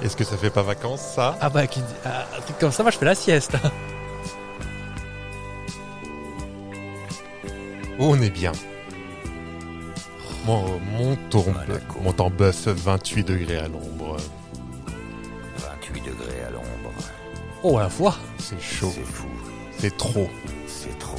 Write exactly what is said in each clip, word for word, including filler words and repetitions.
Est-ce que ça fait pas vacances, ça? Ah bah, qui- ah, un truc comme ça, moi je fais la sieste. Oh, on est bien. Mon, mon tour, Ah, la con. mon temps bœuf, vingt-huit degrés à l'ombre. vingt-huit degrés à l'ombre. Oh, à la fois. C'est chaud. C'est fou. C'est trop. C'est trop.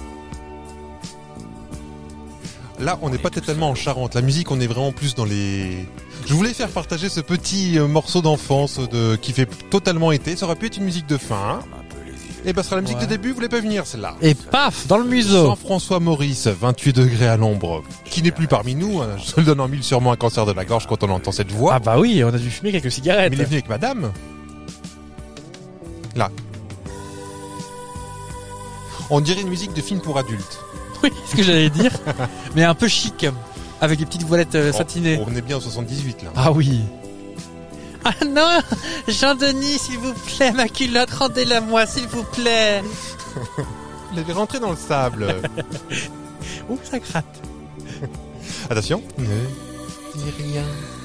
Là, on n'est est pas tout totalement en seul. Charente. La musique, on est vraiment plus dans les... Je voulais faire partager ce petit euh, morceau d'enfance de... qui fait totalement été. Ça aurait pu être une musique de fin. Hein. Ferme un peu les yeux. Et bah, ce sera la musique Ouais. de début. Vous voulez pas venir, celle-là? Et paf, dans le museau. Jean-François Maurice, vingt-huit degrés à l'ombre, qui n'est plus parmi nous. Hein. Je le donne en mille, sûrement un cancer de la gorge quand on entend cette voix. Ah bah oui, on a dû fumer quelques cigarettes. Mais il est venu avec madame. Là. On dirait une musique de film pour adultes. Oui, c'est ce que j'allais dire. Mais un peu chic, avec des petites voilettes euh, satinées. On est bien en soixante-dix-huit, là. Ah oui. Ah non, Jean-Denis, s'il vous plaît, ma culotte, rendez-la moi, s'il vous plaît. Il avait rentré dans le sable. Ouh, ça gratte. Attention. Ne dis rien.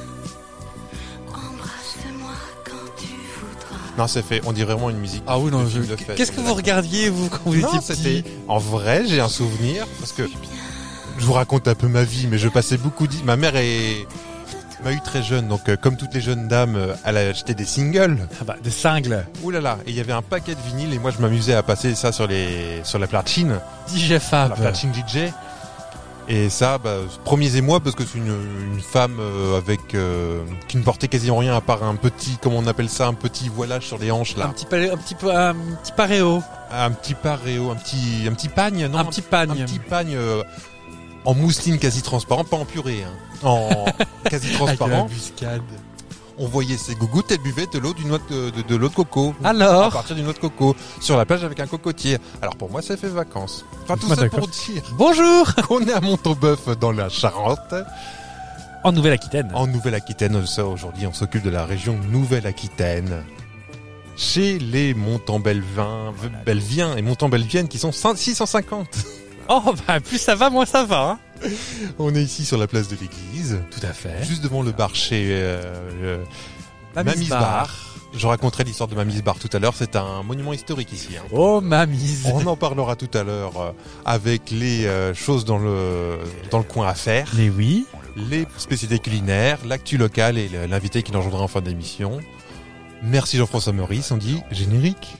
Embrasse-moi quand tu voudras. Non, c'est fait. On dirait vraiment une musique. Ah oui, non, de je... film de fête. Qu'est-ce que vous regardiez, vous, quand vous Non, étiez c'était... petit? En vrai, j'ai un souvenir, parce que je vous raconte un peu ma vie, mais je passais beaucoup de... Ma mère est... m'a eu très jeune, donc euh, comme toutes les jeunes dames, euh, elle a acheté des singles. Ah bah, des cingles. Ouh là là, et il y avait un paquet de vinyles, et moi je m'amusais à passer ça sur les sur la platine, D J Fab. la platine D J. Et ça, bah, premiers émois, parce que c'est une, une femme euh, avec euh, qui ne portait quasiment rien à part un petit, comment on appelle ça, un petit voilage sur les hanches Un là, petit, palais- un petit peu, un petit paréo. un petit paréo, un petit, un petit pagne, non, un petit pagne. un petit pagne euh, en mousseline quasi transparent, pas en purée, hein, en quasi Avec transparent. la buscade. On voyait ses gougouttes, elle buvait de l'eau d'une noix de, de, de l'eau de coco. À Alors, partir d'une noix de coco, sur la plage avec un cocotier. Alors pour moi, ça fait vacances. Enfin, tout Ah, ça d'accord. pour dire bonjour. qu'on est à Montauboeuf dans la Charente, En Nouvelle-Aquitaine. en Nouvelle-Aquitaine. Ça, aujourd'hui, on s'occupe de la région Nouvelle-Aquitaine. Chez les Montambelviens, Belviens et Montambelviennes qui sont six cent cinquante. Oh, bah, plus ça va, moins ça va. Hein. On est ici sur la place de l'église, Tout à fait. juste devant le bar chez euh, euh, Mamie's Mamie's Bar. Je raconterai l'histoire de Mamie's Bar tout à l'heure. C'est un monument historique ici. Hein. Oh, mamise. On en parlera tout à l'heure euh, avec les euh, choses dans le dans le coin à faire, Mais oui. les spécialités culinaires, l'actu locale et le- l'invité qui nous rejoindra en fin d'émission. Merci Jean-François Maurice. On dit générique.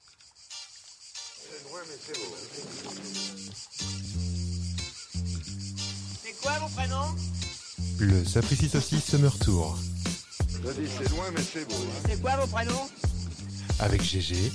C'est quoi mon prénom? Le Sapristi Saucisse Summer Tour Je dis c'est loin mais c'est beau. hein. C'est quoi vos prénoms? avec G G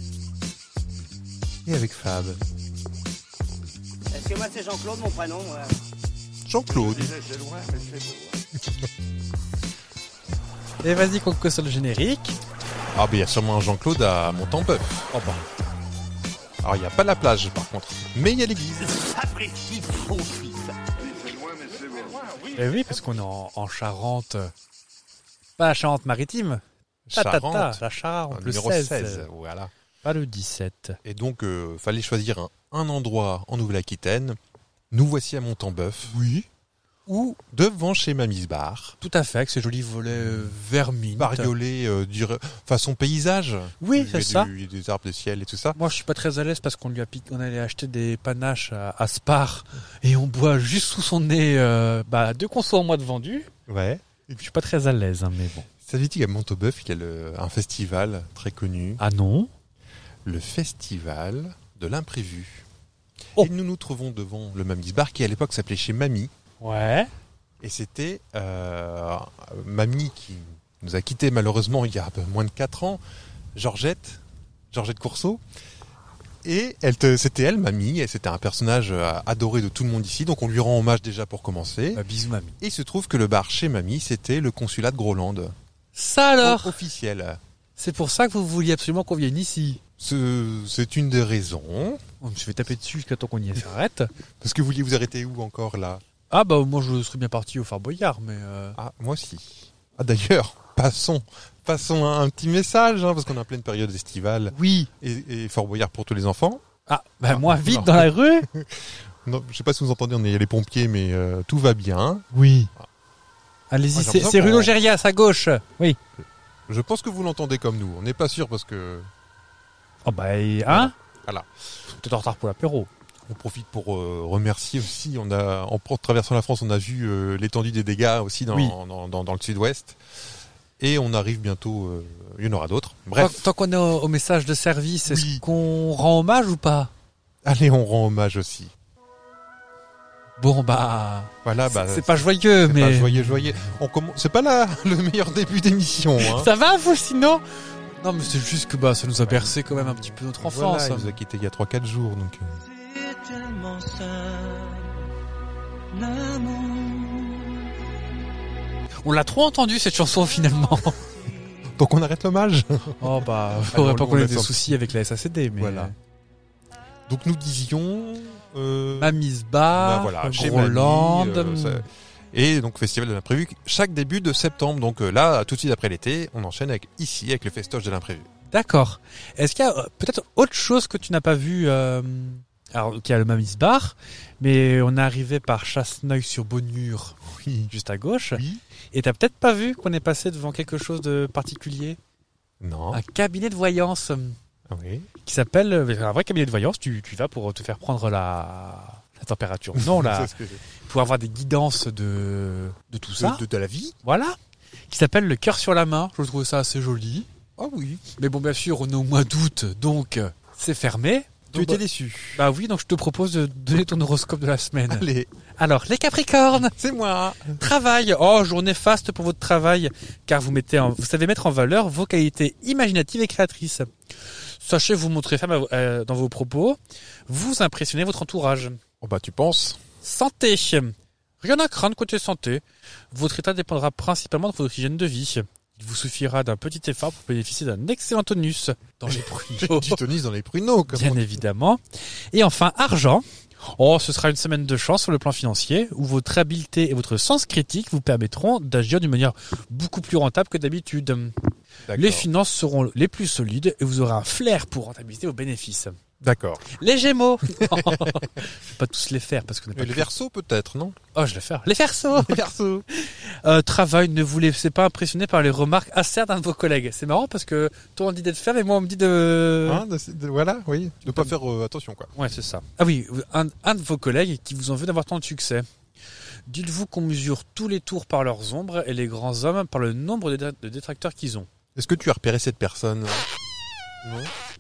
et avec Fab. Est-ce que moi c'est Jean-Claude mon prénom? ouais. Jean-Claude. Je disais c'est loin mais c'est beau. hein. Et vas-y, qu'on que sur le générique. Ah ben il y a sûrement un Jean-Claude à Montambœuf. Oh bah. Alors il n'y a pas la plage par contre, mais il y a l'église. Sapristi, faux fils. Je dis c'est loin mais c'est beau. hein. Eh oui, parce qu'on est en, en Charente. Pas la Charente-Maritime. Ta, ta, ta, Charente, la Charente, le numéro seize. seize. Voilà. Pas le dix-sept. Et donc, euh, fallait choisir un, un endroit en Nouvelle-Aquitaine. Nous voici à Montambœuf. Oui. Ou devant chez Mamie's Bar. Tout à fait, avec ces jolis volets euh, vermines. Bariolé, euh, du, façon paysage. Oui, Il y a c'est du- ça. Il y a des arbres de ciel et tout ça. Moi, je suis pas très à l'aise parce qu'on lui a piqué, on allait acheter des panaches à, à Spar et on boit juste sous son nez, euh, bah, deux consos en mois de vendu. Ouais. Et puis, je suis pas très à l'aise, hein, mais bon. Savais-tu qu'à Montauboeuf, il y a le- un festival très connu, Ah non? le Festival de l'imprévu. Oh. Et nous nous trouvons devant le Mamie's Bar qui à l'époque s'appelait chez Mamie. Ouais. Et c'était euh, Mamie qui nous a quittés malheureusement il y a un peu moins de quatre ans, Georgette, Georgette Courceau. Et elle te, c'était elle, Mamie, et c'était un personnage euh, adoré de tout le monde ici, donc on lui rend hommage déjà pour commencer. Bah, bisous, mamie. Et il se trouve que le bar chez Mamie, c'était le consulat de Groland. Ça alors? O- officiel. C'est pour ça que vous vouliez absolument qu'on vienne ici. Ce- C'est une des raisons. On me suis fait taper dessus jusqu'à temps qu'on y s'arrête. Parce que vous vouliez vous arrêter où encore là? Ah bah moi je serais bien parti au Fort Boyard, mais euh... Ah, moi aussi. Ah d'ailleurs, passons, passons un, un petit message, hein, parce qu'on est en pleine période estivale. oui. Et, et Fort Boyard pour tous les enfants. Ah bah Ah, moi vite non. dans la rue. Non, je sais pas si vous entendez, on est les pompiers, mais euh, tout va bien. Oui. Ah, Allez-y, j'ai c'est, l'impression c'est rue qu'on- Logérias à gauche. Oui. Je pense que vous l'entendez comme nous. On n'est pas sûr parce que Oh bah, et- hein Voilà. Peut-être en retard pour l'apéro. on profite pour euh, remercier aussi. On a, en pro- traversant la France, on a vu euh, l'étendue des dégâts aussi dans, Oui. dans, dans, dans le sud-ouest. Et on arrive bientôt. euh, il y en aura d'autres. Bref. Tant, tant qu'on est au, au message de service, est-ce Oui. qu'on rend hommage ou pas? Allez, on rend hommage aussi. Bon bah, Voilà. Bah, c'est pas joyeux, c'est mais pas joyeux, joyeux. On commence. C'est pas là le meilleur début d'émission. Hein. ça va vous sinon? Non, mais c'est juste que bah ça nous a bercé quand même un petit peu notre enfance. Voilà, il nous a quittés il y a trois quatre jours. Donc. euh, C'est tellement simple, l'amour. On l'a trop entendu cette chanson finalement. Donc on arrête l'hommage. Oh bah, Allez, faudrait on- pas on qu'on ait laisse des un- soucis avec la S A C D, mais Voilà. Donc nous disions. Euh, Mamie's bah Bar, voilà, chez Groland. Mamie, euh, ça- Et donc festival de l'imprévu chaque début de septembre. Donc euh, là, tout de suite après l'été, on enchaîne avec ici avec le festoche de l'imprévu. D'accord. Est-ce qu'il y a euh, peut-être autre chose que tu n'as pas vu euh, alors, qu'il y a le Mamie's Bar, mais on est arrivé par Chasseneuil-sur-Bonure, Oui. juste à gauche, Oui. et t'as peut-être pas vu qu'on est passé devant quelque chose de particulier, Non. un cabinet de voyance euh, Ah oui. qui s'appelle euh, un vrai cabinet de voyance. Tu, tu y vas pour te faire prendre la, la température. Non, là, C'est ce que j'ai- pour avoir des guidances de de tout ça. de, de, de la vie. Voilà. Qui s'appelle le cœur sur la main. Je trouve ça assez joli. Ah oui. Mais bon, bien sûr, on est au mois d'août, donc euh, c'est fermé. Tu Donc, étais bah, déçu. bah oui, donc je te propose de donner ton horoscope de la semaine. Allez, Alors, les Capricornes, c'est moi. travail. Oh, journée faste pour votre travail, car vous mettez, en- vous savez mettre en valeur vos qualités imaginatives et créatrices. Sachez vous montrer ferme à vo- euh, dans vos propos. Vous impressionnez votre entourage. Oh bah tu penses. Santé. Rien à craindre côté santé. Votre état dépendra principalement de votre hygiène de vie. Il vous suffira d'un petit effort pour bénéficier d'un excellent tonus dans les pruneaux, Du tonus dans les pruneaux. Comme bien on- évidemment. Et enfin, argent. Oh, ce sera une semaine de chance sur le plan financier, où votre habileté et votre sens critique vous permettront d'agir d'une manière beaucoup plus rentable que d'habitude. D'accord. Les finances seront les plus solides et vous aurez un flair pour rentabiliser vos bénéfices. D'accord. Les Gémeaux. Je vais pas tous les faire parce qu'on n'est pas Et les versos peut-être, non? Oh, je vais le faire. Les Verseaux. Les versos. Euh, travail, ne vous laissez pas impressionner par les remarques acerres d'un de vos collègues. C'est marrant parce que toi on dit d'être ferme et moi on me dit de... Hein, de- de- voilà, oui. De pas faire euh, attention quoi. Ouais, c'est ça. Ah oui, un, un de vos collègues qui vous en veut d'avoir tant de succès. Dites-vous qu'on mesure tous les tours par leurs ombres et les grands hommes par le nombre de, dé- de détracteurs qu'ils ont. Est-ce que tu as repéré cette personne? Non.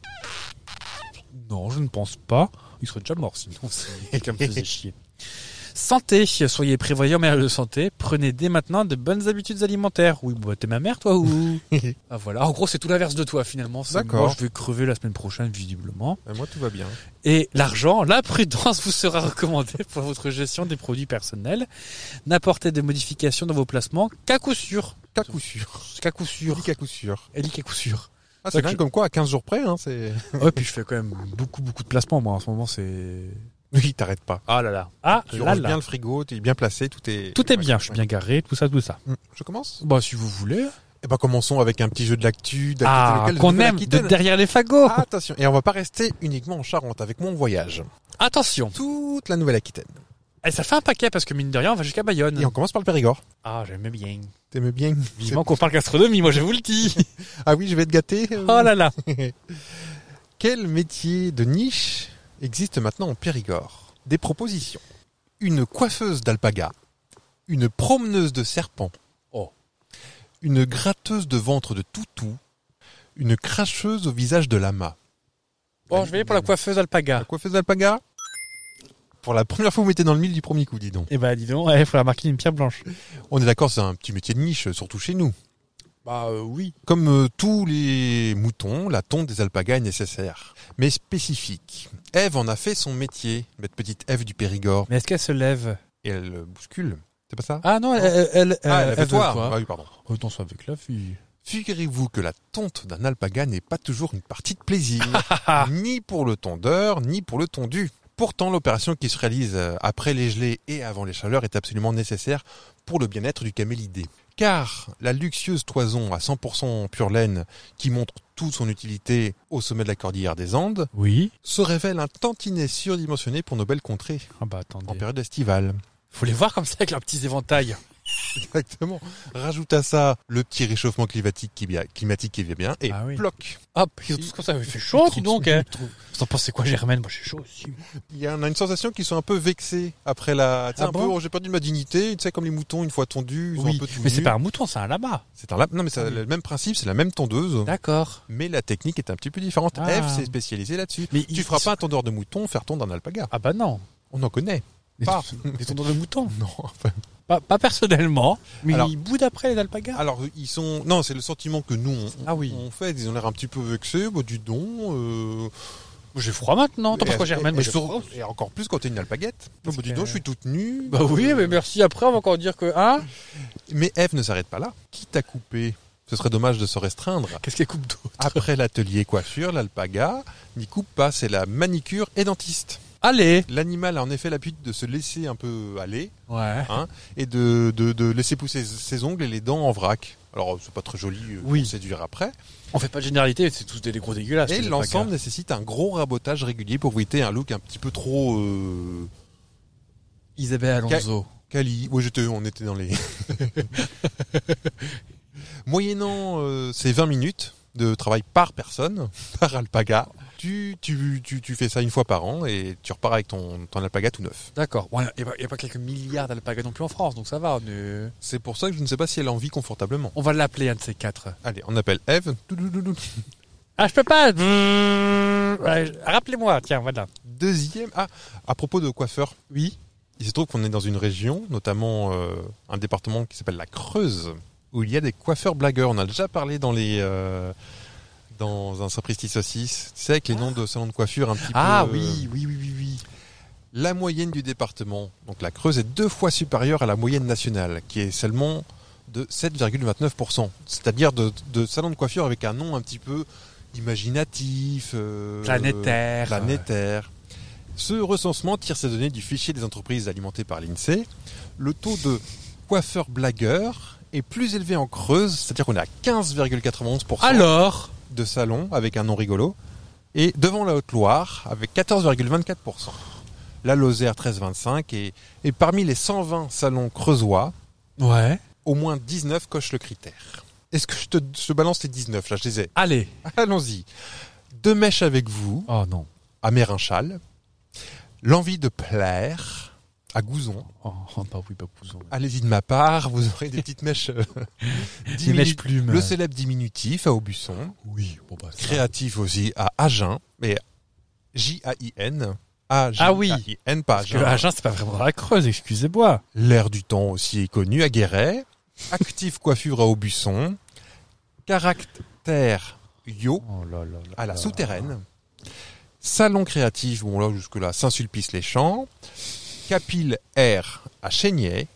Non, je ne pense pas. Il serait déjà mort sinon si quelqu'un me faisait chier. Santé, soyez prévoyants en matière de santé. Prenez dès maintenant de bonnes habitudes alimentaires. Oui, bah, t'es ma mère, toi, ou... Ah voilà, en gros, c'est tout l'inverse de toi, finalement. C'est D'accord. Moi, je vais crever la semaine prochaine, visiblement. Euh, Moi tout va bien. Et l'argent, la prudence vous sera recommandée pour votre gestion des produits personnels. N'apportez des modifications dans vos placements qu'à coup sûr. Qu'à coup sûr. Qu'à coup sûr. Dis qu'à coup sûr. Elle dit qu'à coup sûr. Ah, c'est Ok. bien comme quoi à quinze jours près, hein, c'est. Ouais, puis je fais quand même beaucoup, beaucoup de placements, moi. En ce moment, c'est... Oui, t'arrêtes pas. Ah là là. Ah Tu là ranges là. bien le frigo, tu es bien placé, tout est. Tout est Ouais, bien, je suis ouais. bien garé, tout ça, tout ça. Hum, Je commence. Bah, si vous voulez. Eh ben commençons avec un petit jeu de l'actu. d'actu Ah, locale de qu'on aime de Nouvelle-Aquitaine. derrière les fagots. Ah, attention. Et on va pas rester uniquement en Charente. Avec moi, on voyage. Attention. Toute la Nouvelle-Aquitaine. Et ça fait un paquet parce que mine de rien, on va jusqu'à Bayonne. Et on commence par le Périgord. Ah, j'aimais bien. T'aimes bien? Vivement qu'on parle gastronomie, moi je vous le dis. Ah oui, je vais te gâter. euh. Oh là là. Quel métier de niche existe maintenant en Périgord? Des propositions. Une coiffeuse d'alpaga. Une promeneuse de serpent. Oh. Une gratteuse de ventre de toutou. Une cracheuse au visage de lama. Bon, je vais aller pour la coiffeuse alpaga. La coiffeuse d'alpaga? Pour la première fois, vous mettez dans le mille du premier coup, dis donc. Eh ben, dis donc, il faut la marquer d'une pierre blanche. On est d'accord, c'est un petit métier de niche, surtout chez nous. Bah oui. Comme euh, tous les moutons, la tonte des alpagas est nécessaire, mais spécifique. Ève en a fait son métier, cette petite Ève du Périgord, Mais est-ce qu'elle se lève? et elle euh, bouscule. C'est pas ça? Ah non, elle, elle, elle, Ah, elle a fait veut toi. quoi Ah oui, pardon. Oh, danse avec la fille. Figurez-vous que la tonte d'un alpaga n'est pas toujours une partie de plaisir, ni pour le tondeur, ni pour le tondu. Pourtant, l'opération qui se réalise euh, après les gelées et avant les chaleurs est absolument nécessaire pour le bien-être du camélidé. Car la luxueuse toison à cent pour cent pure laine, qui montre toute son utilité au sommet de la cordillère des Andes, Oui. se révèle un tantinet surdimensionné pour nos belles contrées Ah bah en attendez. période estivale. Faut les voir comme ça avec leurs petits éventails. Exactement. Rajoute à ça le petit réchauffement climatique qui, vient- climatique qui vient bien et Ah oui. ploc. Hop, ils ont tous comme ça, il fait chaud, dis donc. Hein. T'en penses c'est quoi, Germaine? Moi, j'ai chaud aussi. Il y a, on a une sensation qu'ils sont un peu vexés après la. Tu sais, Ah un bon peu, oh, j'ai perdu de ma dignité. Tu sais, comme les moutons, une fois tondus, ils sont Oui, un peu tout mais c'est nus. pas un mouton, c'est un lama. C'est un lap. Non, mais c'est Ah oui. le même principe, c'est la même tondeuse. D'accord. Mais la technique est un petit peu différente. Ah. Eve s'est spécialisée là-dessus. Mais Tu ils- feras ils pas un tondeur de mouton faire tondre un alpaga. Ah bah non. On en connaît. Des, Pas. des tondeurs de moutons. Non. enfin, Pas, pas personnellement, mais Alors- ils boudent après les alpagas. Alors, ils sont. Non, c'est le sentiment que nous, on, Ah oui. on fait. Ils ont l'air un petit peu vexés. Bah, du don. Euh... J'ai froid maintenant. T'en et- penses quoi, Germaine? et, Moi, et j'ai sur- froid. et encore plus quand t'es une alpaguette. Oh, Parce bah, dis que- donc, je suis toute nue. Bah oui, mais merci. Après, on va encore dire que, hein? Mais Eve ne s'arrête pas là. Quitte à couper, ce serait dommage de se restreindre. Qu'est-ce qu'elle coupe d'autre? Après l'atelier coiffure, l'alpaga n'y coupe pas, c'est la manicure et dentiste. Allez! L'animal a en effet l'habitude de se laisser un peu aller Ouais. hein, et de, de, de laisser pousser ses ongles et les dents en vrac. Alors c'est pas très joli euh, Oui. pour séduire après. On fait pas de généralité, c'est tous des, des gros dégueulasses. Et les l'ensemble alpagas. nécessite un gros rabotage régulier pour éviter un look un petit peu trop euh, Isabelle Alonso. quali. Oui, j'étais, on était dans les. Moyennant euh, ces vingt minutes de travail par personne, par alpaga, tu, tu, tu, tu fais ça une fois par an et tu repars avec ton, ton alpaga tout neuf. D'accord. Il n'y a, pas- y a pas quelques milliards d'alpagas non plus en France, donc ça va. On, est- C'est pour ça que je ne sais pas si elle en vit confortablement. on va l'appeler un de ces quatre. Allez, on appelle Eve. Toudoudoudoudou. Ah, je peux pas. Ouais, rappelez-moi, tiens, voilà. Deuxième. Ah, à propos de coiffeur, Oui. il se trouve qu'on est dans une région, notamment euh, un département qui s'appelle la Creuse, où il y a des coiffeurs blagueurs. On a déjà parlé dans les euh, dans un sapristi saucisse, tu sais, avec les noms de salons de coiffure un petit Ah peu. euh, oui, oui, oui, oui, oui. La moyenne du département, donc la Creuse, est deux fois supérieure à la moyenne nationale, qui est seulement de sept virgule vingt-neuf pour cent. C'est-à-dire de, de salons de coiffure avec un nom un petit peu imaginatif, euh, Planétaire. planétaire. Ce recensement tire ses données du fichier des entreprises alimentées par l'INSEE. Le taux de coiffeurs blagueurs est plus élevé en Creuse, c'est-à-dire qu'on est à quinze virgule quatre-vingt-onze pour cent Alors, de salons avec un nom rigolo, et devant la Haute-Loire avec quatorze virgule vingt-quatre pour cent. La Lozère treize virgule vingt-cinq et, et parmi les cent vingt salons creusois, ouais. au moins dix-neuf cochent le critère. Est-ce que je te, je te balance les dix-neuf là, je les ai. Allez. Allons-y. Deux mèches avec vous, Oh non. à Mérinchal. L'envie de plaire, à Gouzon. Oh, oh bah oui, pas pousson. Allez-y de ma part, vous aurez des petites mèches. euh, Des mèches diminu- plumes. Le célèbre diminutif à Aubusson. Oui, bon bah. ça. Créatif aussi à Agen, mais J A I N. A G Ah oui. A I N, pas Parce que Agen. le Agen, c'est pas vraiment dans la Creuse, excusez-moi. L'air du temps aussi est connu à Guéret. Actif coiffure à Aubusson. Caractère Yo Oh là là là. à la là. Souterraine. Salon créatif, bon là jusque-là, Saint-Sulpice-les-Champs. Capile Air à Chénier.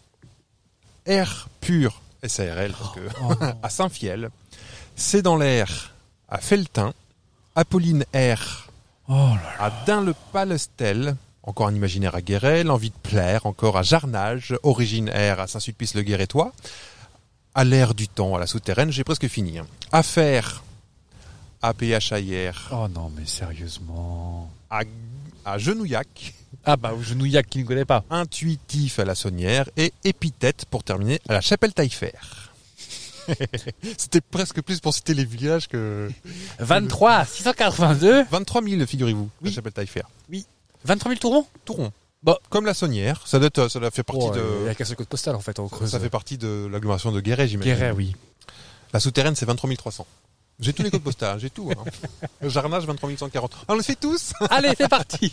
Air pur, S A R L, parce que Oh, non. à Saint-Fiel. C'est dans l'air à Felletin. Apolline Air Oh là là. à Dain-le-Palestel, encore un imaginaire à Guéret, l'envie de plaire, encore à Jarnage, Origine Air à Saint-Sulpice-le-Guérétois, à l'air du temps, à la Souterraine, j'ai presque fini. hein. Affaire à P H A I R, Oh non, mais sérieusement. à, à Genouillac, Ah bah, Genouillac qui ne connaît pas. Intuitif à la Saunière et Épithète pour terminer à la Chapelle Taillefer. C'était presque plus pour citer les villages que... vingt-trois six cent quatre-vingt-deux. vingt-trois mille, figurez-vous, Oui. la Chapelle Taillefer. vingt-trois mille tourons. Tout rond. Bah. Comme la Saunière, ça, doit être- ça doit fait partie Oh, de... Il y a qu'un seul code postal en fait en Creuse. Ça fait partie de l'agglomération de Guéret, j'imagine. Guéret, oui. La Souterraine, c'est vingt-trois mille trois cents. J'ai tous les codes postaux, j'ai tout. Hein. Jarnage, vingt-trois mille cent quarante. On le fait tous. Allez, c'est parti.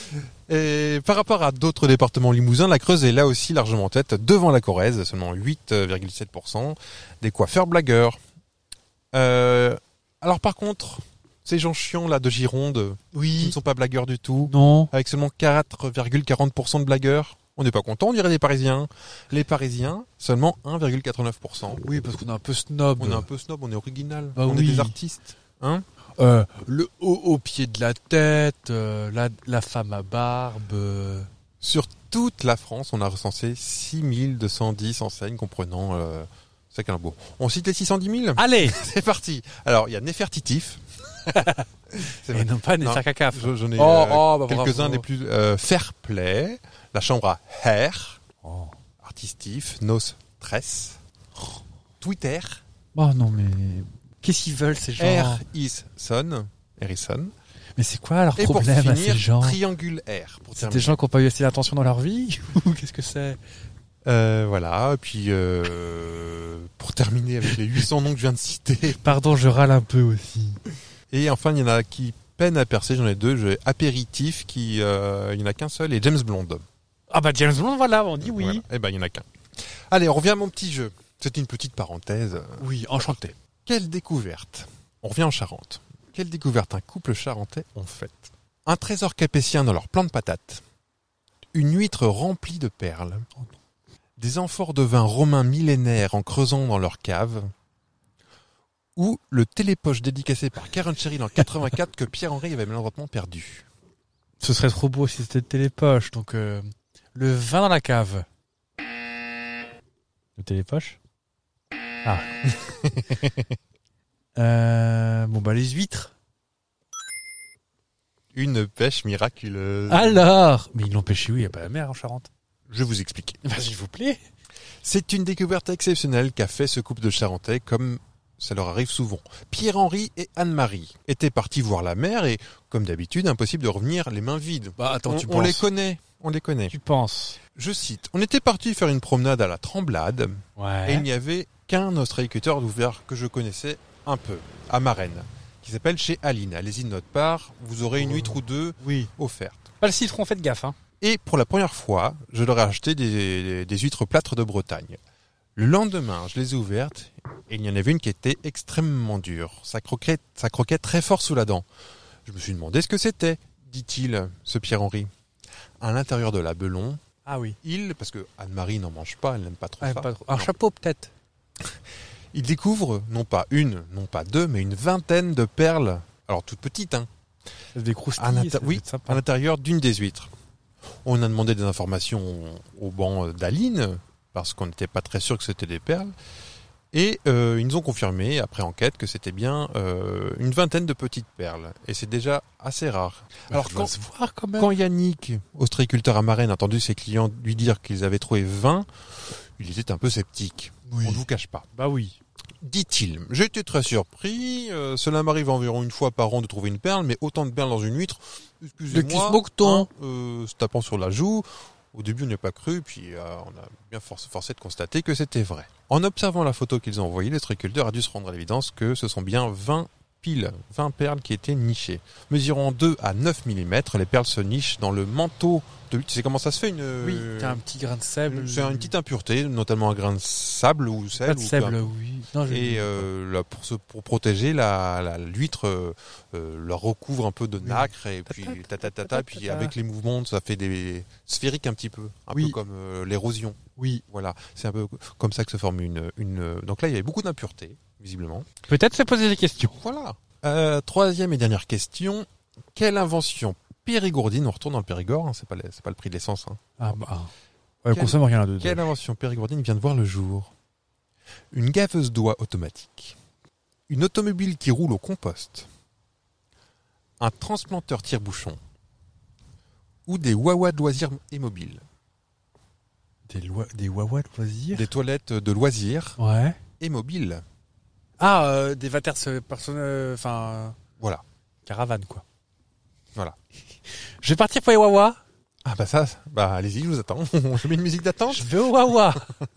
Et par rapport à d'autres départements limousins, la Creuse est là aussi largement en tête, devant la Corrèze, seulement huit virgule sept pour cent des coiffeurs blagueurs. Euh, alors par contre, ces gens chiants là de Gironde, qui ne Oui. sont pas blagueurs du tout, Non. avec seulement quatre virgule quarante pour cent de blagueurs, on n'est pas content, on dirait des Parisiens. Les Parisiens, seulement un virgule quatre-vingt-neuf pour cent. Oui, parce qu'on est un peu snob. On est un peu snob, on est original, Bah on oui. est des artistes. Hein Euh, le haut au pied de la tête, euh, la, la femme à barbe. euh. Sur toute la France, on a recensé six mille deux cent dix enseignes comprenant euh, sac à limbo. On cite les six cent dix mille. Allez. C'est parti. Alors, il y a Néfertitif. C'est Et vrai. non pas Non, Néfer Cacaf. Je- J'en ai Oh, euh, oh, bah, quelques-uns bravo. des plus euh, fair play. La chambre à Hair. Oh. Artistif. Nos Tress, Twitter, Oh non, mais qu'est-ce qu'ils veulent ces gens? Harrison, Harrison, Mais c'est quoi leur et pour problème à ces finir, gens? Triangle R. Pour C'est terminer. des gens qui n'ont pas eu assez d'attention dans leur vie? Ou qu'est-ce que c'est? Euh, voilà, et puis euh, pour terminer avec les huit cents noms que je viens de citer. Pardon, je râle un peu aussi. Et enfin, il y en a qui peinent à percer, j'en ai deux. J'ai Apéritif, qui, euh, il y en a qu'un seul, et James Blonde. Ah bah James Bond, voilà, on dit oui. Voilà. Eh ben, il y en a qu'un. Allez, on revient à mon petit jeu. C'est une petite parenthèse. Oui, enchanté. Quelle découverte. On revient en Charente. Quelle découverte un couple charentais ont faite. Un trésor capétien dans leur plant de patates. Une huître remplie de perles. Des amphores de vin romain millénaire en creusant dans leur cave. Ou le télépoche dédicacé par Karen Cheryl en quatre-vingt-quatre que Pierre-Henri avait maladroitement perdu. Ce serait trop beau si c'était de télépoche, donc euh, le vin dans la cave. Le télépoche? Ah. euh, bon bah les huîtres. Une pêche miraculeuse. Alors, mais ils l'ont pêché où? Il n'y a pas la mer en Charente. Je vais vous expliquer. Bah, s'il vous plaît. C'est une découverte exceptionnelle qu'a fait ce couple de Charentais, comme ça leur arrive souvent. Pierre-Henri et Anne-Marie étaient partis voir la mer et, comme d'habitude, impossible de revenir les mains vides. Bah attends, on, tu on penses les connaît, on les connaît. Tu penses? Je cite, on était partis faire une promenade à la Tremblade Ouais. et il n'y avait qu'un ostréiculteur d'ouvert que je connaissais un peu, à Marennes, qui s'appelle chez Aline. Allez-y de notre part, vous aurez une huître ou deux Oui. offertes. Pas le citron, faites gaffe, hein. Et pour la première fois, je leur ai acheté des, des, des huîtres plâtre de Bretagne. Le lendemain, je les ai ouvertes et il y en avait une qui était extrêmement dure. Ça croquait, ça croquait très fort sous la dent. Je me suis demandé ce que c'était, dit-il, ce Pierre-Henri. À l'intérieur de la Belon, Ah oui. il, parce que Anne-Marie n'en mange pas, elle n'aime pas trop Ah, ça. pas trop. Un Non. chapeau peut-être. Il découvre non pas une, non pas deux, mais une vingtaine de perles, alors toutes petites, hein, Ça devait croustiller, à l'inter- ça devait oui, être sympa. à l'intérieur d'une des huîtres. On a demandé des informations au banc d'Aline, parce qu'on n'était pas très sûr que c'était des perles. Et euh, ils nous ont confirmé, après enquête, que c'était bien euh, une vingtaine de petites perles. Et c'est déjà assez rare. Alors Ça quand, doit se voir quand même. quand Yannick, ostréiculteur à Marennes, a entendu ses clients lui dire qu'ils avaient trouvé vingt, il était un peu sceptique. Oui. On ne vous cache pas. Bah oui. Dit-il, j'ai été très surpris, euh, cela m'arrive environ une fois par an de trouver une perle, mais autant de perles dans une huître, excusez-moi, De qui se moque-t-on hein, euh, se tapant sur la joue. Au début, on n'y a pas cru, puis euh, on a bien forcé, forcé de constater que c'était vrai. En observant la photo qu'ils ont envoyée, l'ostréiculteur a dû se rendre à l'évidence que ce sont bien vingt piles, vingt perles qui étaient nichées. Mesurant deux à neuf millimètres, les perles se nichent dans le manteau de l'huître. Tu sais comment ça se fait une... Oui, t'as un petit grain de sable. C'est une petite impureté, notamment un grain de sable ou sel. Pas de ou peu sable, importe. oui. Non, je- Et euh, là, pour, se, pour protéger la, la l'huître, euh, euh, la recouvre un peu de nacre et puis Tata, tata tata, tata, puis tata. avec les mouvements, ça fait des sphériques un petit peu, un Oui. peu comme euh, l'érosion. Oui. Voilà, c'est un peu comme ça que se forme une, une. Donc là, il y avait beaucoup d'impuretés, visiblement. Peut-être se poser des questions. Voilà. Euh, troisième et dernière question. Quelle invention périgourdine, on retourne dans le Périgord, hein, c'est pas le, c'est pas le prix de l'essence. Hein. Ah bah. Ouais, on Quel- consomme rien là dedans. Quelle invention périgourdine vient de voir le jour? Une gaveuse d'oie automatique. Une automobile qui roule au compost. Un transplanteur tire-bouchon. Ou des wawa de loisirs et mobiles. Des, loi... des wawa de loisirs. Des toilettes de loisirs Ouais. et mobiles. Ah, euh, des vaters personnels. Enfin. euh, Voilà. Caravane, quoi. Voilà. Je vais partir pour les wawa. Ah bah ça, bah allez-y, je vous attends. Je mets une musique d'attente. Je vais au wawa.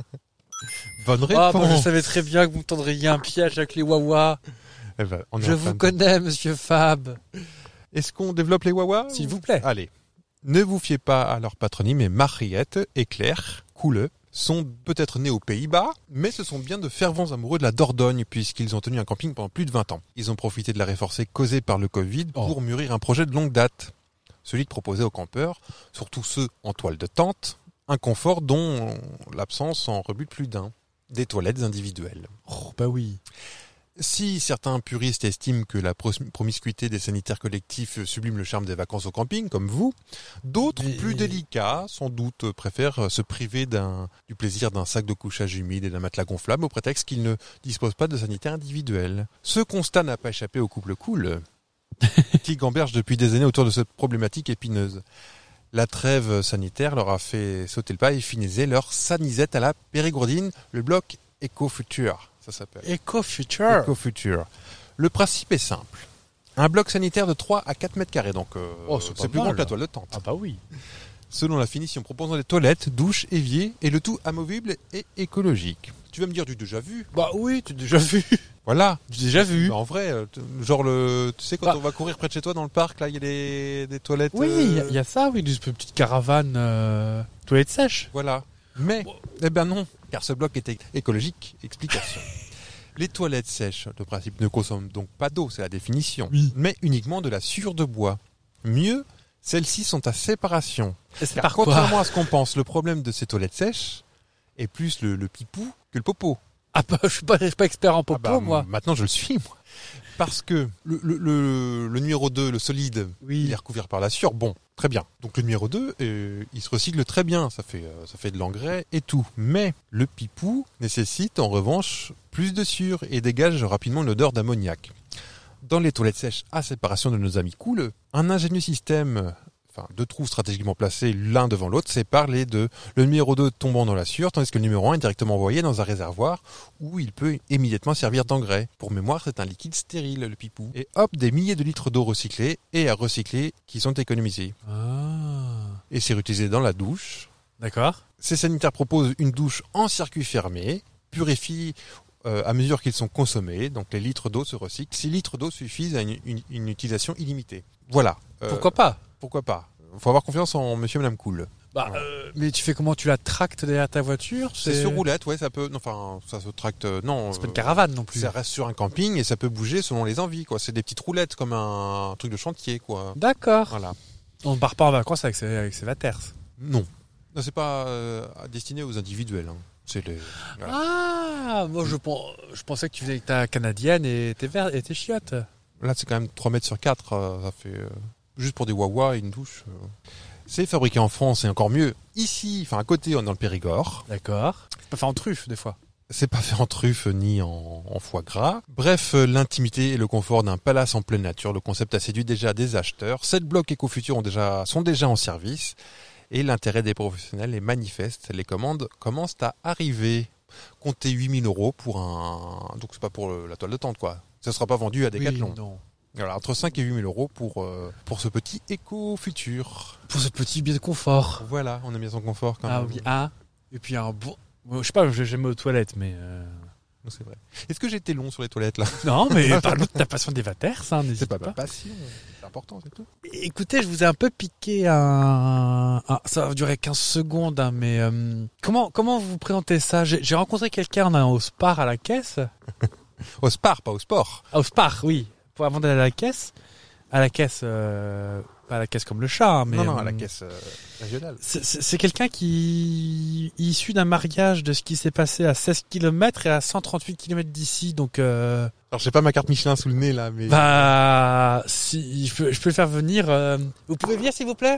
Bonne Ah, réponse. bah, je savais très bien que vous me tendriez un piège avec les wawa. Eh ben, on est Je en vous fin de- connais, monsieur Fab. Est-ce qu'on développe les wawa? S'il vous plaît. Allez. Ne vous fiez pas à leur patronyme, mais Mariette et Claire Coule sont peut-être nés aux Pays-Bas, mais ce sont bien de fervents amoureux de la Dordogne, puisqu'ils ont tenu un camping pendant plus de vingt ans. Ils ont profité de l'arrêt forcé causé par le Covid pour Oh. mûrir un projet de longue date. Celui de proposer aux campeurs, surtout ceux en toile de tente, un confort dont l'absence en rebute plus d'un. Des toilettes individuelles. Oh, bah oui. Si certains puristes estiment que la pros- promiscuité des sanitaires collectifs sublime le charme des vacances au camping, comme vous, d'autres, Mais- plus délicats, sans doute préfèrent se priver d'un, du plaisir d'un sac de couchage humide et d'un matelas gonflable au prétexte qu'ils ne disposent pas de sanitaires individuels. Ce constat n'a pas échappé au couple cool, qui gamberge depuis des années autour de cette problématique épineuse. La trêve sanitaire leur a fait sauter le pas et finaliser leur sanisette à la périgourdine, le bloc Eco-Futur, ça s'appelle. Eco-Future. Eco-Futur. Le principe est simple. Un bloc sanitaire de trois à quatre mètres carrés, donc euh, Oh, c'est pas c'est plus mal. grand que la toile de tente. Ah bah oui. Selon la finition, proposant des toilettes, douches, éviers, et le tout amovible et écologique. Tu vas me dire du déjà vu. Bah oui, tu as déjà vu. Voilà. J'ai déjà vu. Bah, en vrai, euh, t- genre le, tu sais quand Bah. on va courir près de chez toi dans le parc, là il y a des, des toilettes. Oui, il euh, y, y a ça, oui, une petite caravane euh, toilette sèche. Voilà. Mais, eh ben non, car ce bloc est é- écologique. Explication. Les toilettes sèches, de principe, ne consomment donc pas d'eau, c'est la définition, Oui. mais uniquement de la sciure de bois. Mieux, celles-ci sont à séparation. Et c'est Car par quoi contrairement à ce qu'on pense, le problème de ces toilettes sèches est plus le, le pipou que le popo. Ah bah, je suis pas, je suis pas expert en popo, Ah bah, moi. Maintenant, je le suis, moi. Parce que le, le, le, le numéro deux, le solide, Oui. il est recouvert par la sueur. Bon, très bien. Donc le numéro deux, euh, il se recycle très bien. Ça fait, euh, ça fait de l'engrais et tout. Mais le pipou nécessite en revanche plus de sueur et dégage rapidement l'odeur d'ammoniac. Dans les toilettes sèches à séparation de nos amis cool, un ingénieux système, enfin deux trous stratégiquement placés l'un devant l'autre, sépare les deux. Le numéro deux tombant dans la sueur, tandis que le numéro un est directement envoyé dans un réservoir où il peut immédiatement servir d'engrais. Pour mémoire, c'est un liquide stérile, le pipou. Et hop, des milliers de litres d'eau recyclée et à recycler qui sont économisés. Ah. Et c'est réutilisé dans la douche. D'accord. Ces sanitaires proposent une douche en circuit fermé, purifie euh, à mesure qu'ils sont consommés, donc les litres d'eau se recyclent. Six litres d'eau suffisent à une, une- une utilisation illimitée. Voilà. Euh, Pourquoi pas? Pourquoi pas? Faut avoir confiance en monsieur et madame cool. Bah, voilà. euh, mais tu fais comment? Tu la tractes derrière ta voiture? C'est sur roulette, ouais, ça peut, non, enfin, ça se tracte, euh, non. C'est pas une euh, caravane non plus. Ça reste sur un camping et ça peut bouger selon les envies, quoi. C'est des petites roulettes comme un, truc de chantier, quoi. D'accord. Voilà. On ne part pas en vacances avec ses, avec ses vaters. Non. Non, c'est pas euh, destiné aux individuels, hein. C'est les, voilà. Ah, moi je, pen- je pensais que tu faisais avec ta canadienne et tes verres et tes chiottes. Là, c'est quand même trois mètres sur quatre, euh, ça fait, euh, juste pour des wawa et une douche. euh. C'est fabriqué en France et encore mieux ici, enfin à côté, dans le Périgord. D'accord. C'est pas fait en truffe des fois. C'est pas fait en truffe ni en, en foie gras. Bref, euh, l'intimité et le confort d'un palace en pleine nature, le concept a séduit déjà des acheteurs. Sept blocs Eco-Futur ont déjà, sont déjà en service et l'intérêt des professionnels est manifeste. Les commandes commencent à arriver. Comptez huit mille euros pour un... Donc c'est pas pour le- la toile de tente, quoi. Ça sera pas vendu à Decathlon. Oui, non. Voilà, entre cinq et huit mille euros pour, euh, pour ce petit Eco-Futur. Pour ce petit biais de confort. Voilà, on a mis son confort quand Ah même. oui, ah. Et puis un bon. Moi, je sais pas, j'aime aux toilettes, mais. euh, Non, c'est vrai. Est-ce que j'étais long sur les toilettes là? Non, mais parle-nous de ta passion des vaters, hein, n'hésite C'est pas pas. ma passion. C'est important, c'est tout. Écoutez, je vous ai un peu piqué un. un- ça va durer quinze secondes, hein, mais. euh, Comment, comment vous présentez ça? J'ai j'ai rencontré quelqu'un au Spar à la caisse. Au spar, pas au sport. Ah, au Spar, oui. Pour avant d'aller à la caisse. À la caisse. euh, Pas à la caisse comme le chat, hein, mais. non, non, à la euh, caisse euh, régionale. C'est- C'est c'est quelqu'un qui issu d'un mariage de ce qui s'est passé à seize kilomètres et à cent trente-huit kilomètres d'ici, donc euh, Alors, j'ai pas ma carte Michelin sous le nez là, mais. bah si je peux, je peux le faire venir. euh, Vous pouvez venir s'il vous plaît?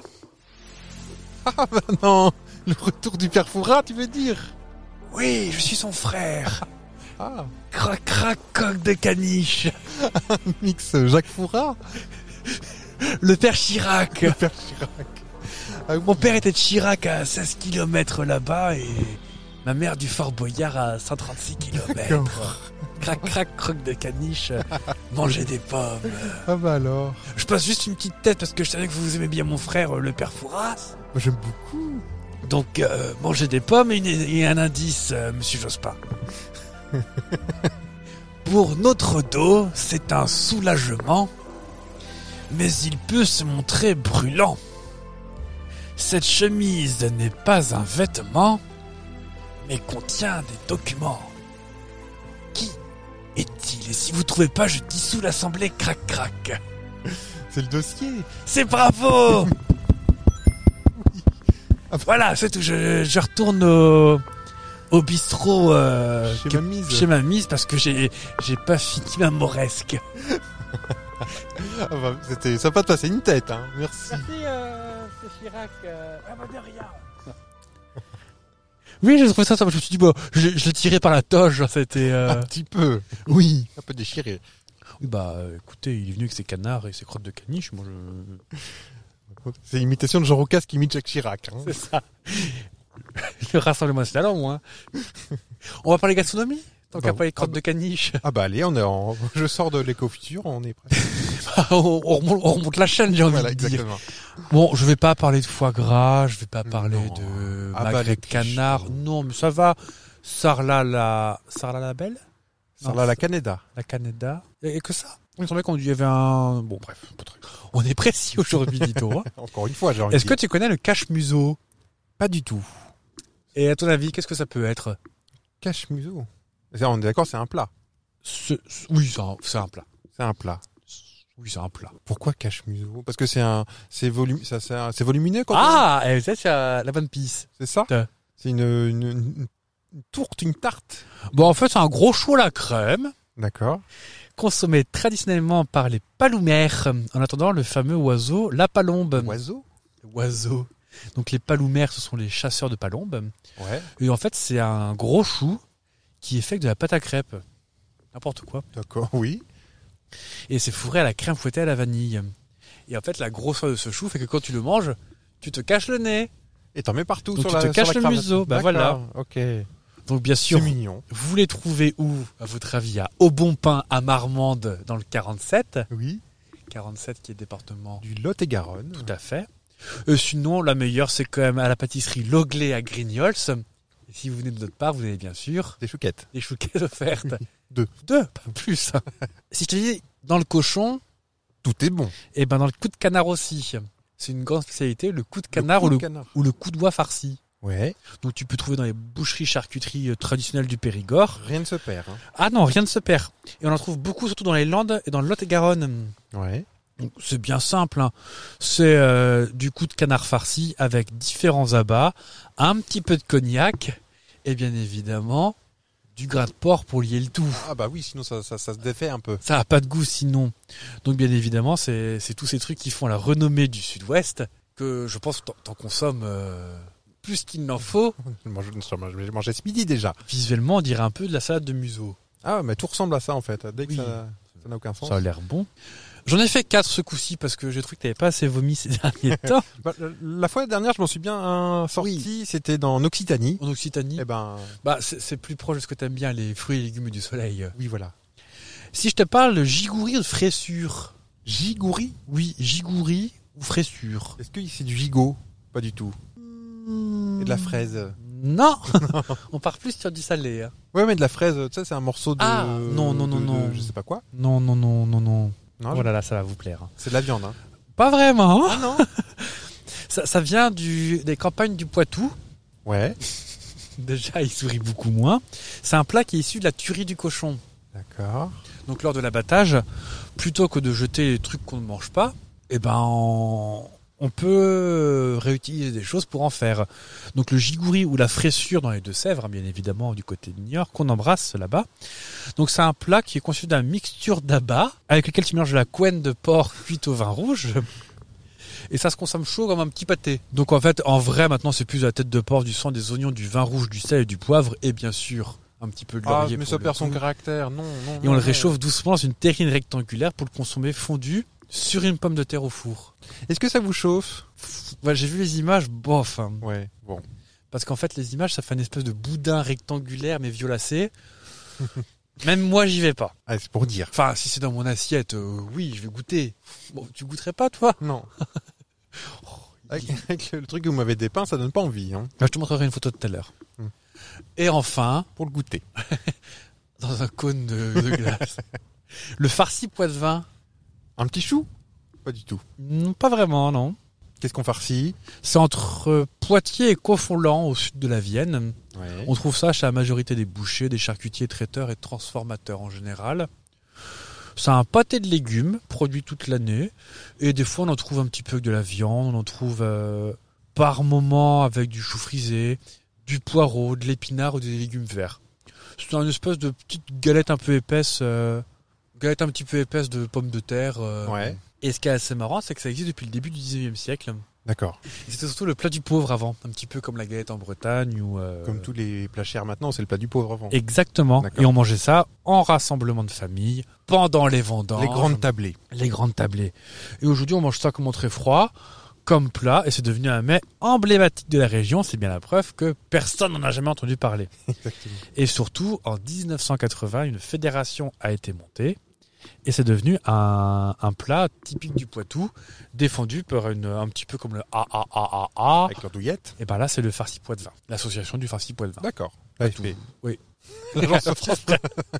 Ah bah non, le retour du père Fouras, tu veux dire? Oui, je suis son frère. Ah, Crac crac coq de caniche. mix Jacques Fouras, Le père Chirac. le père Chirac. Ah, Mon père était de Chirac à seize kilomètres là-bas et ma mère du Fort Boyard à cent trente-six kilomètres. D'accord. Crac crac croque de caniche. Manger des pommes. Ah bah alors, Je passe juste une petite tête parce que je savais que vous aimez bien mon frère, le père Fouras. moi j'aime beaucoup. Donc, euh, manger des pommes et, une- et un indice, euh, monsieur Jospin. Pour notre dos, c'est un soulagement, mais il peut se montrer brûlant. Cette chemise n'est pas un vêtement, mais contient des documents. Qui est-il? Et si vous trouvez pas, je dissous l'assemblée crac-crac. C'est le dossier. C'est bravo. Ah, Voilà, c'est tout. Je, je retourne au, au bistrot euh, Chez que- Mamie. chez ma mise parce que j'ai j'ai pas fini ma moresque. Ah bah, c'était sympa de passer une tête, hein. Merci. Merci, euh, c'est Chirac. Euh... Ah bah de rien. Oui, j'ai trouvé ça sympa. Je me suis dit, bon, je, je l'ai tiré par la toge. C'était. Euh... Un petit peu. Oui. Un peu déchiré. Oui, bah, euh, écoutez, il est venu avec ses canards et ses crottes de caniche. Moi, je. C'est l'imitation de Jean Roccas qui imite Jacques Chirac. Hein. C'est ça. Le Rassemblement national, au moins. On va parler gastronomie? Tant Bah, qu'à pas les crottes ah bah. de caniche. Ah bah allez, on est en... je sors de l'éco-futur, on est prêt. on, on remonte, on remonte la chaîne, j'ai envie Voilà, de dire. exactement. Bon, je vais pas parler de foie gras, je vais pas parler Non. de Ah bah, magret les de canard. clichés. Non, mais ça va. Sarla la, Sarla la belle? Ça Non, là, la Canada. La Canada. Et, et que ça? Il me semblait qu'on y avait un, bon, bref, pas très- on est précis aujourd'hui, dis-toi. Hein. Encore une fois, j'ai envie Est-ce de que dire. tu connais le cache-museau? Pas du tout. Et à ton avis, qu'est-ce que ça peut être? Cache-museau. C'est- On est d'accord, c'est un plat. Ce- ce- Oui, c'est un, c'est un plat. C'est un plat. Oui, c'est un plat. Pourquoi cache-museau? Parce que c'est un, c'est volum... ça, c'est un- c'est volumineux quand Ah, eh, ça, c'est euh, la bonne piste. c'est ça? Euh. C'est une, une, une, une tourte, une tarte. Bon, en fait, c'est un gros chou à la crème, D'accord. consommé traditionnellement par les paloumères, en attendant le fameux oiseau, la palombe. Oiseau? Oiseau. Donc les paloumères, ce sont les chasseurs de palombes. Ouais. Et en fait, c'est un gros chou qui est fait avec de la pâte à crêpes. N'importe quoi. D'accord, oui. Et c'est fourré à la crème fouettée à la vanille. Et en fait, la grosseur de ce chou fait que quand tu le manges, tu te caches le nez. Et t'en mets partout Donc sur tu la te caches sur la le crème. museau, bah D'accord, voilà. Ok. Donc bien C'est sûr, mignon. vous les trouvez où, à votre avis? À Aubonpin, à Marmande, dans le quarante-sept. Oui. quarante-sept qui est département. Du Lot-et-Garonne. Tout à fait. Euh, sinon, la meilleure, c'est quand même à la pâtisserie Loglet à Grignols. Et si vous venez de notre part, vous avez bien sûr Des chouquettes. des chouquettes offertes. Deux. Deux, pas plus. Si je te dis dans le cochon, Tout est bon. et ben dans le coup de canard aussi. C'est une grande spécialité, le coup de canard, coup ou, de le, canard. ou le coup d'oie farci. Ouais. Donc tu peux trouver dans les boucheries charcuteries euh, traditionnelles du Périgord. Rien ne se perd. Hein. Ah non, rien ne se perd. Et on en trouve beaucoup, surtout dans les Landes et dans le Lot-et-Garonne. Ouais. Donc, c'est bien simple. Hein. C'est euh, du coup de canard farci avec différents abats, un petit peu de cognac et bien évidemment du gras de porc pour lier le tout. Ah bah oui, sinon ça, ça, ça se défait un peu. Ça a pas de goût sinon. Donc bien évidemment, c'est c'est tous ces trucs qui font la renommée du Sud-Ouest que je pense que t'en, t'en consommes euh, plus qu'il n'en faut. Je mange- je mangeais ce midi déjà. Visuellement, on dirait un peu de la salade de museau. Ah, mais tout ressemble à ça en fait. Dès que Oui. ça ça n'a aucun sens. Ça a l'air bon. J'en ai fait quatre ce coup-ci parce que j'ai trouvé que t'avais pas assez vomi ces derniers temps. Bah, la fois dernière, je m'en suis bien euh, sorti. C'était dans Occitanie. En Occitanie, Eh ben, bah c'est, c'est plus proche de ce que t'aimes bien, les fruits et légumes du soleil. oui, voilà. Si je te parle de gigouri ou de fraissure. Gigouri. Oui, gigouri ou fraissure. Est-ce que c'est du gigot? Pas du tout. Et de la fraise. Non. On part plus sur du salé. Hein. Ouais, mais de la fraise, tu sais, c'est un morceau de. Ah, non, non, non, de- de- non. Je sais pas quoi. Non, non, non, non, non. Non, Oh là là, ça va vous plaire. hein. c'est de la viande. Hein. Pas vraiment. Ah non. Ça, ça vient du, des campagnes du Poitou. Ouais. Déjà, il sourit beaucoup moins. C'est un plat qui est issu de la tuerie du cochon. D'accord. Donc lors de l'abattage, plutôt que de jeter les trucs qu'on ne mange pas, eh ben on, on peut réutiliser des choses pour en faire. Donc le gigouri ou la fraissure dans les Deux-Sèvres, hein, bien évidemment du côté de New York, qu'on embrasse là-bas. Donc c'est un plat qui est conçu d'une mixture d'abats avec lequel tu mélanges de la couenne de porc cuite au vin rouge. Et ça se consomme chaud comme un petit pâté. Donc en fait, en vrai, maintenant c'est plus de la tête de porc, du sang, des oignons, du vin rouge, du sel et du poivre, et bien sûr un petit peu de Ah, laurier mais pour ça le perd son goût. caractère. Non, non. Et on non, le non. réchauffe doucement dans une terrine rectangulaire pour le consommer fondu sur une pomme de terre au four. Est-ce que ça vous chauffe? Voilà, j'ai vu les images, bof. hein. Ouais. Bon. Parce qu'en fait, les images, ça fait une espèce de boudin rectangulaire mais violacé. Même moi, j'y vais pas. Ah, c'est pour dire. Enfin, si c'est dans mon assiette, euh, oui, je vais goûter. Bon, tu goûterais pas, toi? Non. Avec, avec le truc que vous m'avez dépeint, ça donne pas envie. Hein. Je te montrerai une photo tout à l'heure. Hmm. Et enfin, Pour le goûter. dans un cône de, de glace, le farci pois de vin. Un petit chou? Pas du tout. Non, pas vraiment, non. Qu'est-ce qu'on farcit? C'est entre euh, Poitiers et Confolens, au sud de la Vienne. Ouais. On trouve ça chez la majorité des bouchers, des charcutiers, traiteurs et transformateurs en général. C'est un pâté de légumes, produit toute l'année. Et des fois, on en trouve un petit peu avec de la viande. On en trouve euh, par moment avec du chou frisé, du poireau, de l'épinard ou des légumes verts. C'est une espèce de petite galette un peu épaisse, euh, galette un petit peu épaisse de pommes de terre. euh. Ouais. Et ce qui est assez marrant, c'est que ça existe depuis le début du dix-neuvième siècle. D'accord. Et c'était surtout le plat du pauvre avant, un petit peu comme la galette en Bretagne ou. euh, Comme tous les plats chers maintenant, c'est le plat du pauvre avant. Exactement. D'accord. Et on mangeait ça en rassemblement de famille, pendant les vendanges. Les grandes tablées. Les grandes tablées. Et aujourd'hui, on mange ça comme on très froid, comme plat et c'est devenu un mets emblématique de la région. C'est bien la preuve que personne n'en a jamais entendu parler. Exactement. Et surtout, en dix-neuf cent quatre-vingts, une fédération a été montée et c'est devenu un, un plat typique du Poitou, défendu par une, un petit peu comme le A A A A A. Avec l'andouillette. Et ben là, c'est le farci poitevin, l'association du farci poitevin. D'accord. Pas Là, tout. je fais- Oui. L'agence France.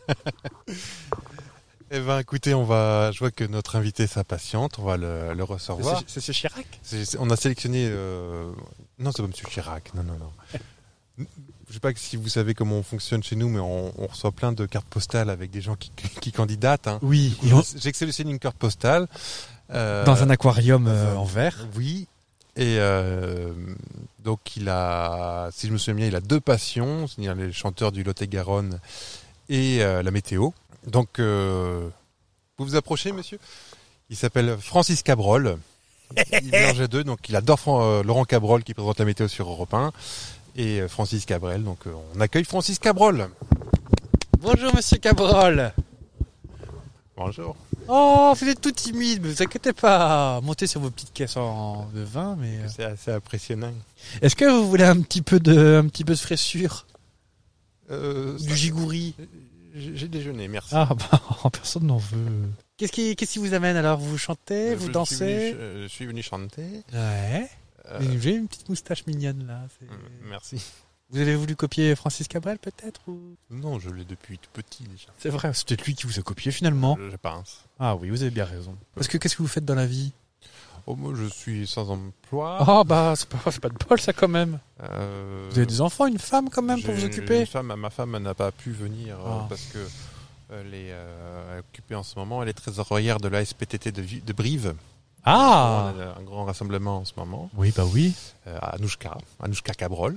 Eh ben, écoutez, on va. Je vois que notre invité s'impatiente. On va le, le recevoir. C'est c'est Chirac. C'est- c'est- on a sélectionné. euh, Non, c'est pas Monsieur Chirac. Non, non, non. Je sais pas si vous savez comment on fonctionne chez nous, mais on, on reçoit plein de cartes postales avec des gens qui, qui candidatent. Hein. Oui. J'ai sélectionné une carte postale. euh, Dans un aquarium euh, euh, en verre. Oui. Et euh, donc il a, si je me souviens bien, il a deux passions, c'est-à-dire les chanteurs du Lot-et-Garonne et euh, la météo. Donc euh, vous vous approchez, monsieur. Il s'appelle Francis Cabrol. Il mélange deux, donc il adore Fran- euh, Laurent Cabrol qui présente la météo sur Europe un et euh, Francis Cabrel. Donc euh, on accueille Francis Cabrol. Bonjour Monsieur Cabrol. Bonjour. Oh, vous êtes tout timide, mais vous inquiétez pas. Montez sur vos petites caisses en, de vin, mais euh, C'est assez impressionnant. est-ce que vous voulez un petit peu de, un petit peu de fraîchure, Euh, du gigouri? J'ai j'ai déjeuné, merci. Ah bah personne n'en veut. Qu'est-ce qui, qu'est-ce qui vous amène alors? Vous chantez, Je vous suis dansez? venu- je, je suis venu chanter. Ouais. Euh, J'ai une petite moustache mignonne là. c'est- merci. Vous avez voulu copier Francis Cabrel peut-être ou... Non, je l'ai depuis tout petit déjà. C'est vrai, c'est peut-être lui qui vous a copié finalement. Je, je pense. Ah oui, vous avez bien raison. Parce que qu'est-ce que vous faites dans la vie? Oh, moi, je suis sans emploi. Ah bah c'est pas, c'est pas de bol ça quand même. Euh, Vous avez des enfants, une femme quand même pour j'ai- vous occuper? une femme, ma femme n'a pas pu venir euh, Ah. parce que elle est, euh, elle est occupée en ce moment. Elle est trésorière de l'A S P T T de, Vi- de Brive. Ah On a un grand rassemblement en ce moment oui, bah oui. euh, à Anouchka, Anouchka Cabrol.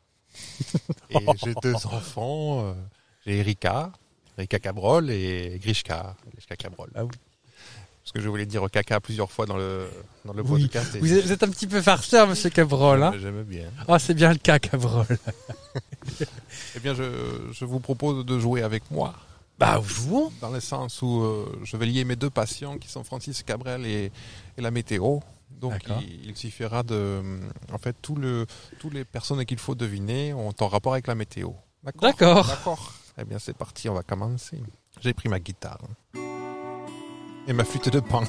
Et j'ai deux enfants. euh, j'ai Erika, Erika Cabrol et Grishka, Grishka Cabrol. Ah oui. Parce que je voulais dire caca plusieurs fois dans le dans le Oui. podcast. et- Vous êtes, vous êtes un petit peu farceur, monsieur Cabrol. Hein J'aime bien. Ah, c'est bien le cas, Cabrol. Eh bien, je, je vous propose de jouer avec moi. Bah, jouons. Dans le sens où euh, je vais lier mes deux passions qui sont Francis Cabrel et, et la météo. Donc D'accord. il, il suffira de... En fait, tout le, tous les personnes qu'il faut deviner ont en rapport avec la météo. D'accord. D'accord. D'accord. Eh bien, c'est parti, on va commencer. J'ai pris ma guitare. Et ma flûte de pan.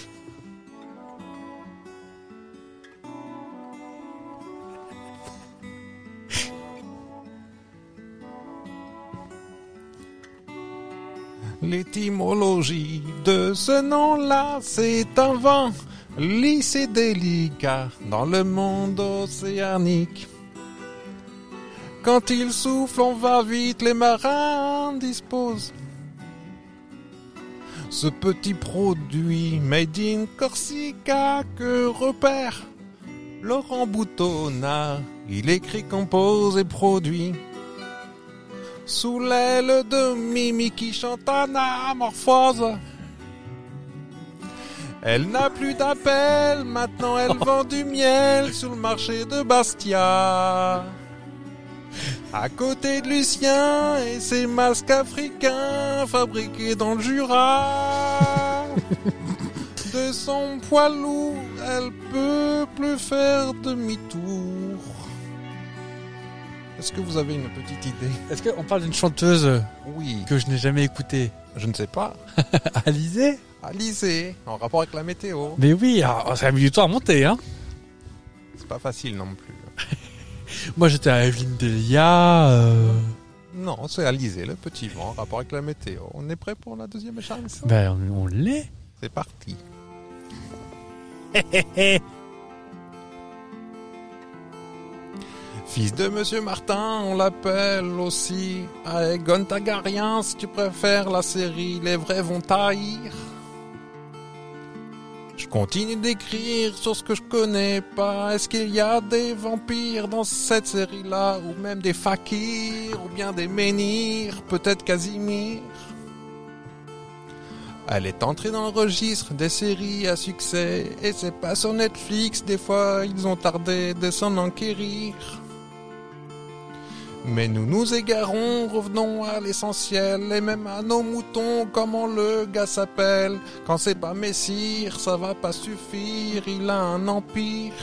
L'étymologie de ce nom-là, c'est un vent lisse et délicat dans le monde océanique. Quand il souffle, on va vite, les marins disposent. Ce petit produit made in Corsica que repère Laurent Boutonnat, il écrit, compose et produit. Sous l'aile de Mimi qui chante Anamorphose. Elle n'a plus d'appel, maintenant elle vend du miel sur le marché de Bastia. À côté de Lucien et ses masques africains fabriqués dans le Jura. De son poids lourd, elle peut plus faire demi-tour. Est-ce que vous avez une petite idée? Est-ce qu'on parle d'une chanteuse Oui, que je n'ai jamais écoutée? je ne sais pas. Alizée? Alizé, en rapport avec la météo. Mais oui, ah, ça a mis du temps à monter, hein. C'est pas facile non plus. Moi, j'étais à Evelyne Delia. Euh... Non, c'est Alizé, le petit vent, en rapport avec la météo. On est prêt pour la deuxième chance? Ben, on, on l'est. C'est parti. Fils de Monsieur Martin, on l'appelle aussi Aegon Targaryen, si tu préfères la série Les Vrais vont taillir. Je continue d'écrire sur ce que je connais pas. Est-ce qu'il y a des vampires dans cette série-là? Ou même des fakirs? Ou bien des menhirs? Peut-être Casimir? Elle est entrée dans le registre des séries à succès. Et c'est pas sur Netflix, des fois ils ont tardé de s'en enquérir. Mais nous nous égarons, revenons à l'essentiel, et même à nos moutons, comment le gars s'appelle. Quand c'est pas Messire, ça va pas suffire, il a un empire.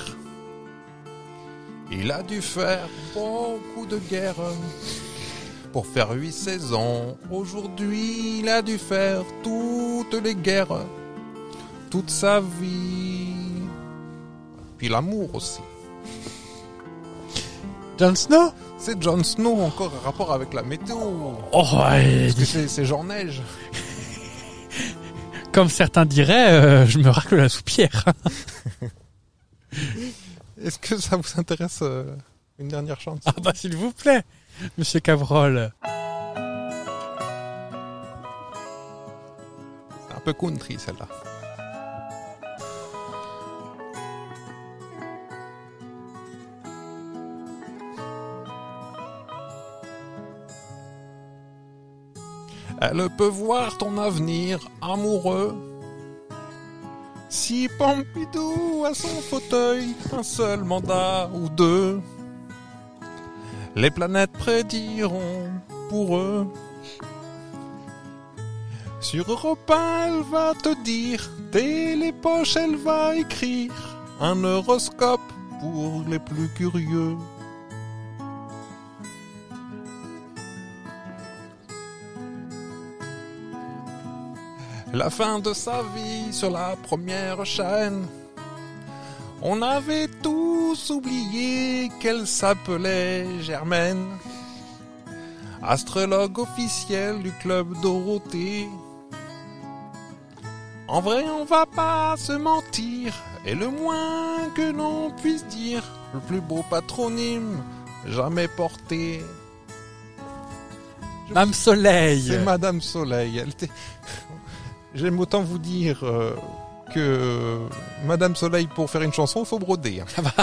Il a dû faire beaucoup de guerres pour faire huit saisons. Aujourd'hui, il a dû faire toutes les guerres, toute sa vie. Puis l'amour aussi. Jon Snow? C'est Jon Snow, encore un rapport avec la météo. Oh, ouais. Parce que c'est, c'est genre neige. Comme certains diraient, euh, je me racle la soupière. Est-ce que ça vous intéresse euh, une dernière chance? Ah bah s'il vous plaît, Monsieur Cabrol. C'est un peu country celle-là. Elle peut voir ton avenir amoureux. Si Pompidou a son fauteuil, un seul mandat ou deux, les planètes prédiront pour eux. Sur Europe un, elle va te dire, dès les poches, elle va écrire un horoscope pour les plus curieux. La fin de sa vie sur la première chaîne. On avait tous oublié qu'elle s'appelait Germaine. Astrologue officielle du club Dorothée. En vrai, on va pas se mentir. Et le moins que l'on puisse dire, le plus beau patronyme jamais porté. Madame Soleil. C'est Madame Soleil. Elle était... J'aime autant vous dire euh, que Madame Soleil, pour faire une chanson, il faut broder. Ah bah.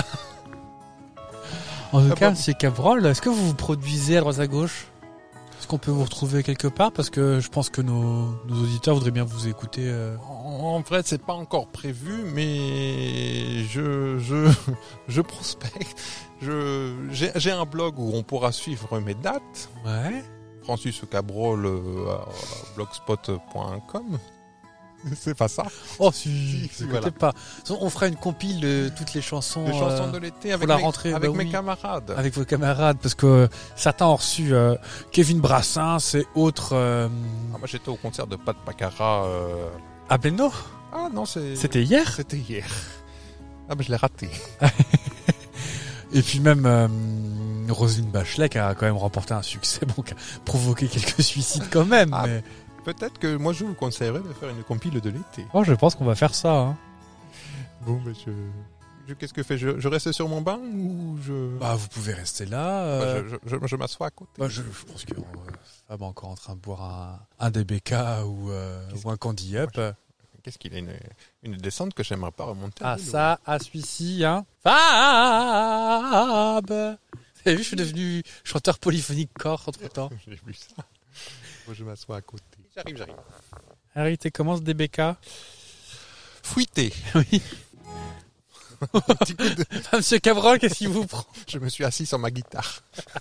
En tout Ah cas, bah. Monsieur Cabrol, est-ce que vous vous produisez à droite à gauche? Est-ce qu'on peut vous retrouver quelque part? Parce que je pense que nos, nos auditeurs voudraient bien vous écouter. Euh... En vrai, c'est pas encore prévu, mais je je je prospecte. Je j'ai, j'ai un blog où on pourra suivre mes dates. Ouais. Francis Cabrol euh, blogspot point com. C'est pas ça. Oh si, Si, ne voilà. pas. On fera une compile de toutes les chansons. Les chansons euh, de l'été avec, la mes, rentrée, avec bah mes oui. camarades. Avec vos camarades, parce que euh, certains ont reçu euh, Kevin Brassens et autres euh, Ah, moi j'étais au concert de Pat Pacara. Euh... à Beno. Ah non, c'est... C'était hier. C'était hier. Ah bah je l'ai raté. Et puis même euh, Roselyne Bachelot qui a quand même remporté un succès, bon, qui a provoqué quelques suicides quand même. Ah. Mais... Peut-être que moi je vous conseillerais de faire une compile de l'été. Oh, je pense qu'on va faire ça. Hein. Bon, bah je... je- Qu'est-ce que je fais je, je reste sur mon banc ou je... Bah, vous pouvez rester là. Bah, euh, je, je, je, je m'assois à côté. bah, je, je pense que euh, Fab est encore en train de boire un, un D B K ou, euh, ou un Candy Up. Qu'est-ce qu'il a une, une descente que j'aimerais pas remonter. Ah, à vélo. ça, à celui-ci, hein. Fab! Vous avez vu, je suis devenu chanteur polyphonique corse entre temps. J'ai vu ça. Moi je m'assois à côté. J'arrive, j'arrive. Harry, t'es comment ce D B K? Fouité. Oui. Petit coup de- Monsieur Cabrol, qu'est-ce qui vous prend? Je me suis assis sur ma guitare.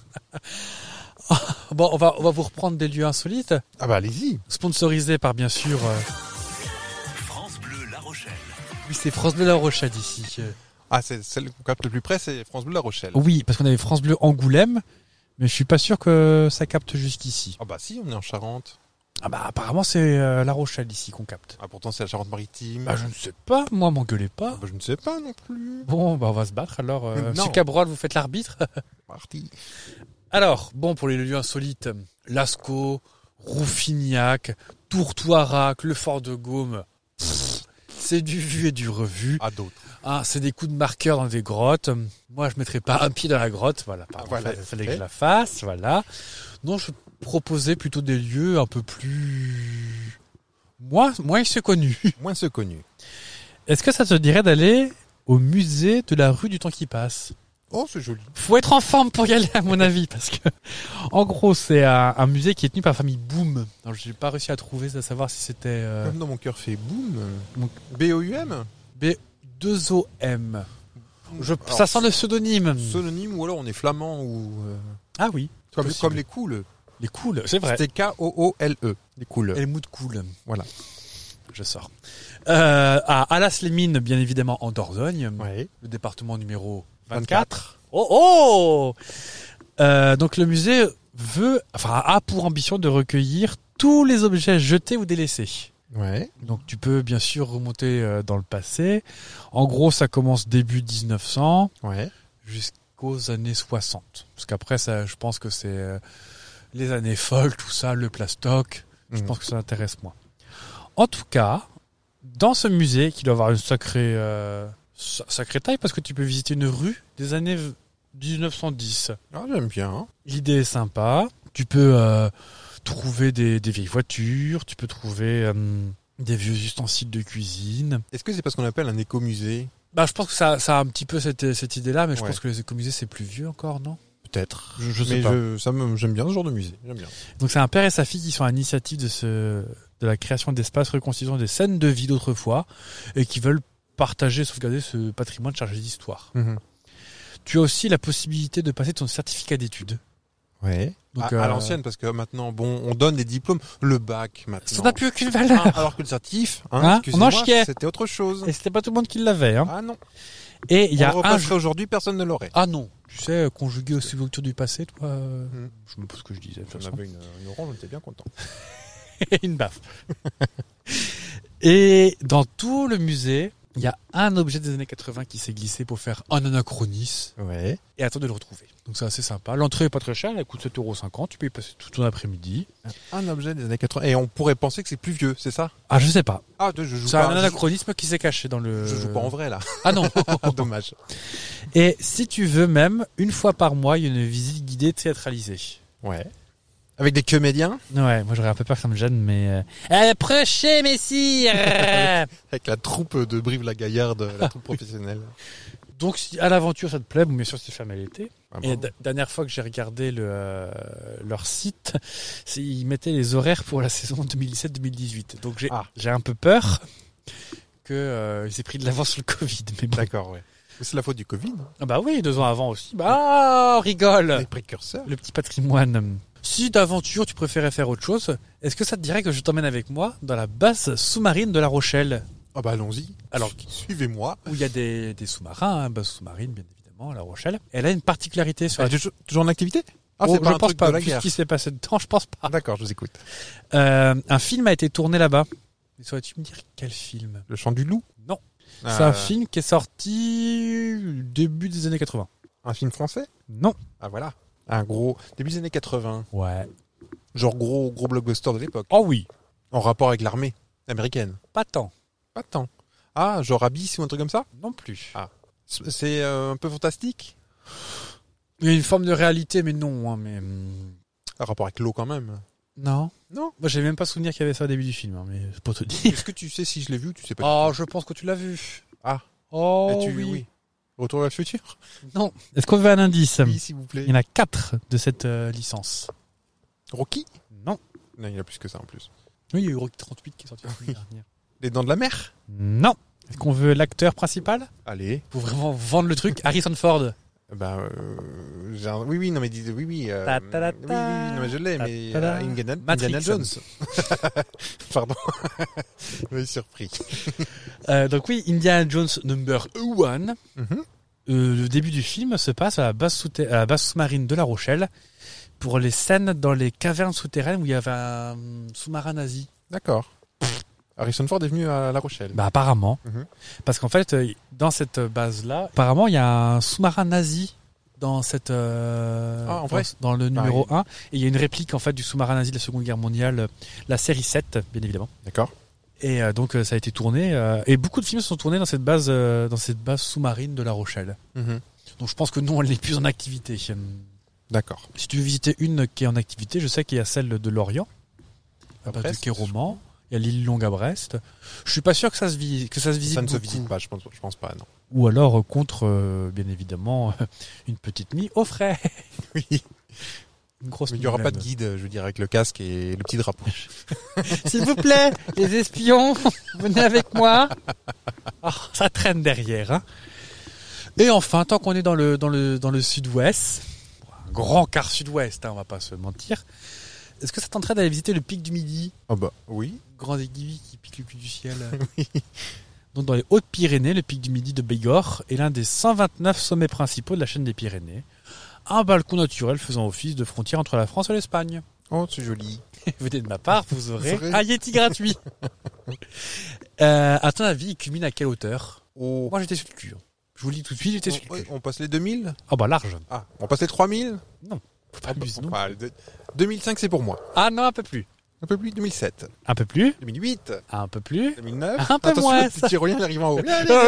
Bon, on va, on va vous reprendre des lieux insolites. Ah bah allez-y. Sponsorisé par, bien sûr, euh, France Bleu La Rochelle. oui, c'est France Bleu La Rochelle ici. Euh, Ah, c'est celle qu'on capte le plus près, c'est France Bleu La Rochelle. Oui, parce qu'on avait France Bleu Angoulême, mais je suis pas sûr que ça capte jusqu'ici. Ah bah si, on est en Charente. Ah bah apparemment c'est euh, La Rochelle ici qu'on capte. Ah pourtant c'est la Charente-Maritime. Bah je ne sais pas, moi m'engueulez Ah, pas. bah, je ne sais pas non plus. Bon, bah on va se battre alors. Euh, Non. Monsieur Cabrol, vous faites l'arbitre. Parti. Alors, bon, pour les lieux insolites, Lascaux, Rouffignac, Tourtoirac, le Fort de Gaume, pff, c'est du vu et du revu. À d'autres. Ah, c'est des coups de marqueur dans des grottes. Moi, je mettrais pas un pied dans la grotte. Voilà, pardon, Voilà, fallait, fallait fait. que je la fasse. Voilà. Non, je proposais plutôt des lieux un peu plus... Moins, moins connus. Moins ce connu. Est-ce que ça te dirait d'aller au musée de la rue du temps qui passe? Oh, c'est joli. Faut être en forme pour y aller, à mon avis, parce que, en gros, c'est un, un musée qui est tenu par la famille Boom. Alors, j'ai pas réussi à trouver, à savoir si c'était euh, Comme dans mon cœur fait boum. Mon- B O U M. B deux O M. Je, Alors, ça sent le pseudonyme. Synonyme ou alors on est flamand ou. euh, Ah oui. Comme, possible. comme les cools. Les cools, c'est vrai. C'était K O O L E. Les cools. Helmut Kohl. Voilà. Je sors. Euh, à Alas-les-Mines, bien évidemment, en Dordogne. Ouais. Le département numéro vingt-quatre. Oh oh euh, Donc le musée veut, enfin, a pour ambition de recueillir tous les objets jetés ou délaissés. Ouais. Donc tu peux bien sûr remonter euh, dans le passé. En gros, ça commence début dix-neuf cents Ouais. jusqu'aux années soixante. Parce qu'après, ça, je pense que c'est euh, les années folles, tout ça, le plastoc. Je Mhm. pense que ça intéresse moins. En tout cas, dans ce musée, qui doit avoir une sacrée, euh, sa- sacrée taille, parce que tu peux visiter une rue des années dix-neuf cent dix. Ah, j'aime bien. Hein. L'idée est sympa. Tu peux euh, trouver des, des vieilles voitures, tu peux trouver euh, des vieux ustensiles de cuisine. Est-ce que c'est parce qu'on appelle un écomusée? Bah, je pense que ça, ça a un petit peu cette, cette idée-là, mais je Ouais. pense que les écomusées, c'est plus vieux encore, non? Peut-être. Je, je sais Mais pas. je, ça me, j'aime bien ce genre de musée. J'aime bien. Donc c'est un père et sa fille qui sont à l'initiative de ce de la création d'espaces reconstituant des scènes de vie d'autrefois et qui veulent partager et sauvegarder ce patrimoine chargé d'histoire. Mhm. Tu as aussi la possibilité de passer ton certificat d'études. Ouais. Donc, à, à euh, l'ancienne, parce que maintenant, bon, on donne des diplômes. Le bac, maintenant. Ça n'a plus aucune valeur. Ah, alors que le certif, hein, Hein, excusez-moi, on en chiait. c'était autre chose. Et c'était pas tout le monde qui l'avait. Hein. Ah non. Et il y On a le un repasserait jeu. aujourd'hui, personne ne l'aurait. Ah non. Tu sais, conjugué aux subjonctions du passé, toi. euh, Mhm. Je me pose ce que je disais. De toute J'en façon. avais une, une orange, on était bien content. Une baffe. Et dans tout le musée, il y a un objet des années quatre-vingts qui s'est glissé pour faire un anachronisme Ouais. et attendre de le retrouver. Donc c'est assez sympa. L'entrée est pas très chère, elle coûte sept euros cinquante. Tu peux y passer tout ton après-midi. Un objet des années quatre-vingts. Et on pourrait penser que c'est plus vieux, c'est ça? Ah, je sais pas. Ah, je joue C'est pas. un je- anachronisme qui s'est caché dans le... Je joue pas en vrai, là. Ah non. Dommage. Et si tu veux même, une fois par mois, il y a une visite guidée théâtralisée. Ouais. Avec des comédiens? Ouais, moi j'aurais un peu peur que ça me gêne, mais... Euh... Approchez, messire. Avec la troupe de Brive-la-Gaillarde, la troupe professionnelle. Donc si à l'aventure ça te plaît, bon, bien sûr c'est fermé l'été. Ah Et la bon. d- dernière fois que j'ai regardé le, euh, leur site, c'est- ils mettaient les horaires pour la saison deux mille dix-sept deux mille dix-huit. Donc j'ai Ah. j'ai un peu peur que euh, ils aient pris de l'avance sur le Covid. Mais bon. D'accord, ouais. Mais c'est la faute du Covid. hein. Ah bah oui, deux ans avant aussi. Bah ah, on rigole. Les précurseurs. Le petit patrimoine. Si d'aventure tu préférais faire autre chose, est-ce que ça te dirait que je t'emmène avec moi dans la base sous-marine de La Rochelle, Ah bah allons-y. Alors- Su- suivez-moi. où il y a des, des sous-marins, hein, base sous-marine bien évidemment, à La Rochelle. Elle a une particularité sur Elle la... est toujours, toujours en activité? Ah, Oh, c'est pas je un pense truc pas, de la vu guerre. ce qui s'est passé dedans, je pense pas. Ah, d'accord, je vous écoute. Euh, un film a été tourné là-bas. Mais saurais-tu me dire quel film? Le chant du loup? Non. Euh, C'est un film qui est sorti début des années quatre-vingts. Un film français? Non. Ah voilà. Un gros, début des années quatre-vingts. Ouais. Genre gros, gros blockbuster de l'époque. Oh oui. En rapport avec l'armée américaine. Pas tant. Pas tant. Ah, genre Abyss ou un truc comme ça? Non plus. Ah. C'est c'est, euh, un peu fantastique? Il y a une forme de réalité, mais non. Hein, mais hum, Un rapport avec l'eau quand même. non. Non. Moi, j'avais même pas souvenir qu'il y avait ça au début du film, hein, mais c'est pour te dire. Est-ce que tu sais si je l'ai vu ou tu sais pas? Oh, je pense que tu l'as vu. Ah. Oh Eh, tu, oui. oui. Retour vers le futur? Non. Est-ce qu'on veut un indice? Oui, s'il vous plaît. Il y en a quatre de cette euh, licence. Rocky? Non. Non, il y en a plus que ça en plus. Oui, il y a eu Rocky trente-huit qui est sorti la semaine dernière. Les Dents de la Mer? Non. Est-ce qu'on veut l'acteur principal? Allez. Pour vraiment vendre le truc, Harrison Ford. Bah, euh, j'ai un- oui, oui, non, mais dis, oui, oui, euh, Ta ta ta oui, oui, oui, non, mais je l'ai, ta mais ta ta. euh, Indiana, Matrix. Indiana Jones. Pardon. Je suis surpris. Euh, donc oui, Indiana Jones number one. Mhm. Euh, le début du film se passe à la base, sous- à la base sous-marine de La Rochelle pour les scènes dans les cavernes souterraines où il y avait un sous-marin nazi. D'accord. Harrison Ford est venu à La Rochelle. Bah apparemment. Mhm. Parce qu'en fait, euh, dans cette base-là, apparemment, il y a un sous-marin nazi dans cette euh, Ah, en dans, vrai dans le numéro Ah, un. Et il y a une réplique en fait du sous-marin nazi de la Seconde Guerre mondiale, euh, la série sept, bien évidemment. D'accord. Et euh, donc euh, ça a été tourné. euh, et beaucoup de films sont tournés dans cette base, euh, dans cette base sous-marine de La Rochelle. Mhm. Donc je pense que non, elle n'est plus en activité. D'accord. Si tu veux visiter une qui est en activité, je sais qu'il y a celle de Lorient, À à base Brest, de Quai-Roman. Il y a l'île Longue à Brest. Je suis pas sûr que ça se, vi- que ça se visite Ça ne se beaucoup. visite pas, je pense, je pense pas, non. Ou alors euh, contre, euh, bien évidemment, une petite nuit au frais. Oui. Une grosse Mais il n'y aura nuit pas de même. guide, je veux dire, avec le casque et le petit drapeau. S'il vous plaît, les espions, venez avec moi. Ah, ça traîne derrière. Hein. Et enfin, tant qu'on est dans le, dans le, dans le sud-ouest, un grand quart sud-ouest, hein, on va pas se mentir. Est-ce que ça tenterait d'aller visiter le pic du Midi? Ah bah oui. Grand aiguille qui pique le cul du ciel. Oui. Donc dans les Hautes-Pyrénées, le pic du Midi de Bigorre est l'un des cent vingt-neuf sommets principaux de la chaîne des Pyrénées. Un balcon naturel faisant office de frontière entre la France et l'Espagne. Oh, c'est joli. Venez de ma part, vous aurez Vrai. un Yeti gratuit. euh, à ton avis, il culmine à quelle hauteur? Oh. Moi j'étais sur le cul. hein. Je vous le dis tout de suite, j'étais sur On, le oui, cul. on passe les deux mille. Ah bah large. Ah, on passe les trois mille. Faut pas abuser, non. Enfin, le- deux mille cinq, c'est pour moi. Ah non, un peu plus. Un peu plus, deux mille sept. Un peu plus. deux mille huit. Un peu plus. deux mille neuf. Un peu Attention, moins, le petit ça. tyrolien, il arrive en haut.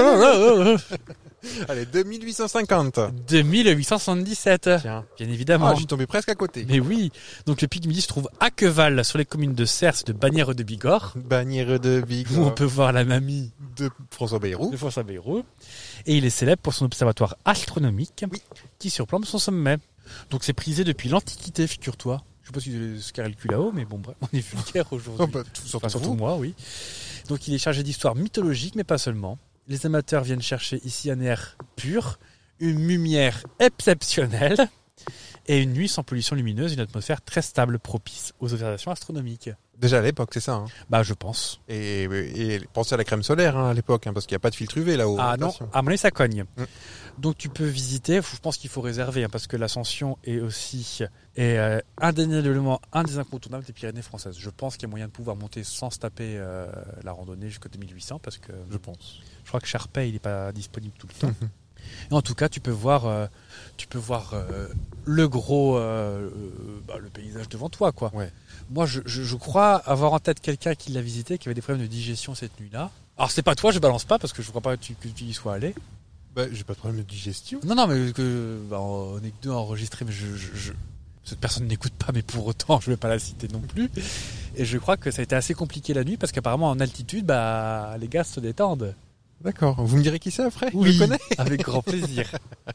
Allez, deux mille huit cent cinquante. deux mille huit cent soixante-dix-sept. Tiens. Bien évidemment. Ah, j'y tombé presque à côté. Mais oui. Donc le pic du Midi se trouve à Queval, sur les communes de Cers et de Bagnères de Bigorre, Bannière de Big où on peut voir la mamie de François Bayrou. de François Bayrou. Et il est célèbre pour son observatoire astronomique Oui. qui surplombe son sommet. Donc c'est prisé depuis l'Antiquité, figure-toi. Je sais pas si ce carré le cul là-haut, mais bon, bref, on est vulgaire aujourd'hui. Oh, bah, tout- surtout Enfin, surtout vous. moi, oui. Donc il est chargé d'histoire mythologique, mais pas seulement. Les amateurs viennent chercher ici un air pur, une lumière exceptionnelle et une nuit sans pollution lumineuse, une atmosphère très stable, propice aux observations astronomiques. Déjà à l'époque, c'est ça. Hein. Bah, je pense. Et, et pensez à la crème solaire hein, à l'époque, hein, parce qu'il n'y a pas de filtre U V là-haut. Ah non, Attention. à mon avis, ça cogne. Mm. Donc tu peux visiter, je pense qu'il faut réserver, hein, parce que l'ascension est aussi est, euh, indéniablement un des incontournables des Pyrénées françaises. Je pense qu'il y a moyen de pouvoir monter sans se taper euh, la randonnée jusqu'au deux mille huit cents, parce que Je pense. je crois que Sherpay, il n'est pas disponible tout le temps. Et en tout cas, tu peux voir, euh, tu peux voir euh, le gros, euh, euh, bah, le paysage devant toi, quoi. Ouais. Moi, je, je, je crois avoir en tête quelqu'un qui l'a visité, qui avait des problèmes de digestion cette nuit-là. Alors, c'est pas toi, je balance pas parce que je crois pas que tu, que tu y sois allé. Bah, j'ai pas de problème de digestion. Non, non, mais que bah, on est que deux à enregistrer, mais je, je, je- cette personne n'écoute pas, mais pour autant, je vais pas la citer non plus. Et je crois que ça a été assez compliqué la nuit parce qu'apparemment en altitude, bah, les gars se détendent. D'accord. Vous me direz qui c'est après Je le connais. avec grand plaisir.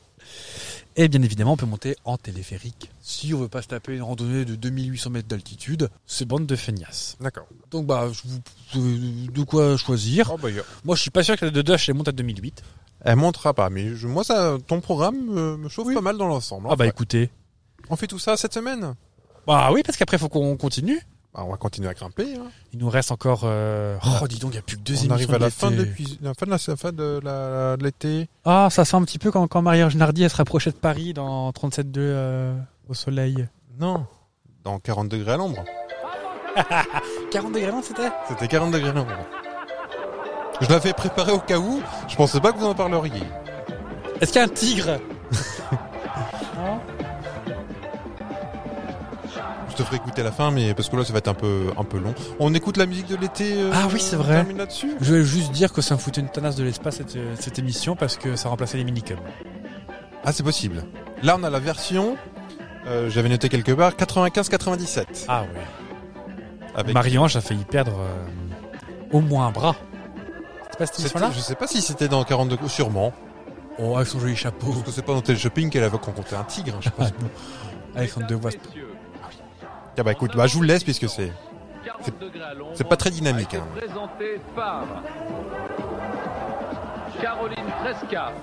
Et bien évidemment, on peut monter en téléphérique. Si on veut pas se taper une randonnée de deux mille huit cents mètres d'altitude, c'est bande de feignasses. D'accord. Donc bah, je vous, euh, de quoi choisir. Oh, bah, y a- Moi, je suis pas sûr que la de Dash elle monte à deux mille huit. Elle montera pas, mais je- moi, ça, ton programme euh, me chauffe Oui. pas mal dans l'ensemble. Ah bah Enfin, écoutez. on fait tout ça cette semaine. Bah oui, parce qu'après, faut qu'on continue. Bah, on va continuer à grimper. Hein. Il nous reste encore... euh, Oh, dis donc, il n'y a plus que deux On émissions arrive à la l'été. fin de, puis- la fin de la, la fin de la- de l'été. Ah, ça sent un petit peu quand, quand Marie-Ange Nardi, elle se rapprochait de Paris dans trente-sept deux euh, au soleil. Non. Dans quarante degrés à l'ombre. quarante degrés, non, c'était C'était quarante degrés à l'ombre. Je l'avais préparé au cas où. Je pensais pas que vous en parleriez. Est-ce qu'il y a un tigre? Je te ferai écouter la fin, mais parce que là, ça va être un peu, un peu long. On écoute la musique de l'été. euh, Ah oui, c'est on vrai. termine là-dessus. Je vais juste dire que ça me foutait une tenace de l'espace cette, cette émission parce que ça remplaçait les minicums. Ah, c'est possible. Là, on a la version. euh, J'avais noté quelque part quatre-vingt-quinze quatre-vingt-dix-sept. Ah ouais. Avec. Marie-Ange a failli perdre euh, au moins un bras. C'est pas cette C'était- émission-là? Je sais pas si c'était dans quarante degrés, sûrement. Oh, avec son joli chapeau. Parce que c'est pas dans Téléshopping qu'elle avait rencontré un tigre, hein, je pense. Alexandre Devois. Ah bah écoute, bah je vous le laisse puisque c'est C'est c'est pas très dynamique. Hein. Présenté par Caroline Fresca,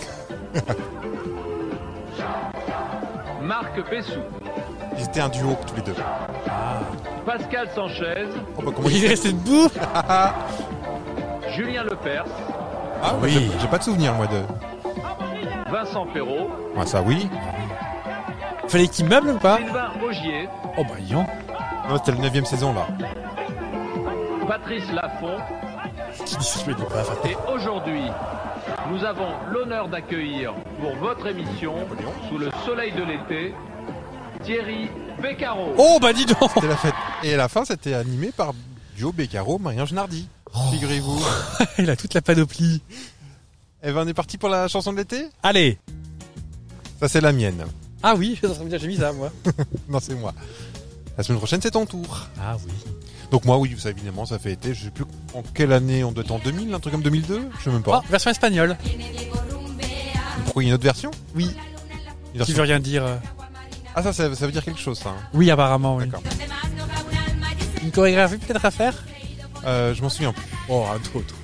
Marc Bessou, Ils étaient un duo tous les deux. Pascal Sanchez, Oh bah comment Il il est resté debout? Julien Lepers, Ah Oui. oui. J'ai pas de souvenir moi de. Vincent Perrault, Ah ça oui. Fallait qu'il meuble ou pas? Sylvain Augier, Oh bah, yon. Non, c'était la neuvième saison là. Patrice Laffont. Qui dit ça, je me dis pas. Enfin, Et aujourd'hui, nous avons l'honneur d'accueillir pour votre émission, sous le soleil de l'été, Thierry Beccaro. Oh bah dis donc. C'était la fête. Et à la fin, c'était animé par duo Beccaro, Marie-Ange Nardi. Figurez-vous. Il a toute la panoplie. Eh ben on est parti pour la chanson de l'été. Allez. Ça c'est la mienne. Ah oui, ça serait bien, j'ai mis ça, moi. Non c'est moi. La semaine prochaine c'est ton tour. Ah oui. Donc moi oui, ça évidemment ça fait été. Je sais plus en quelle année on doit être en deux mille, un truc comme deux mille deux. Je sais même pas. Oh, version espagnole. Pourquoi il y a une autre version? Oui. Une Qui version- veut rien dire. euh. Ah ça, ça ça veut dire quelque chose ça. hein. Oui, apparemment, oui. D'accord. Une chorégraphie peut-être à faire? Euh, je m'en souviens plus. Oh, un autre.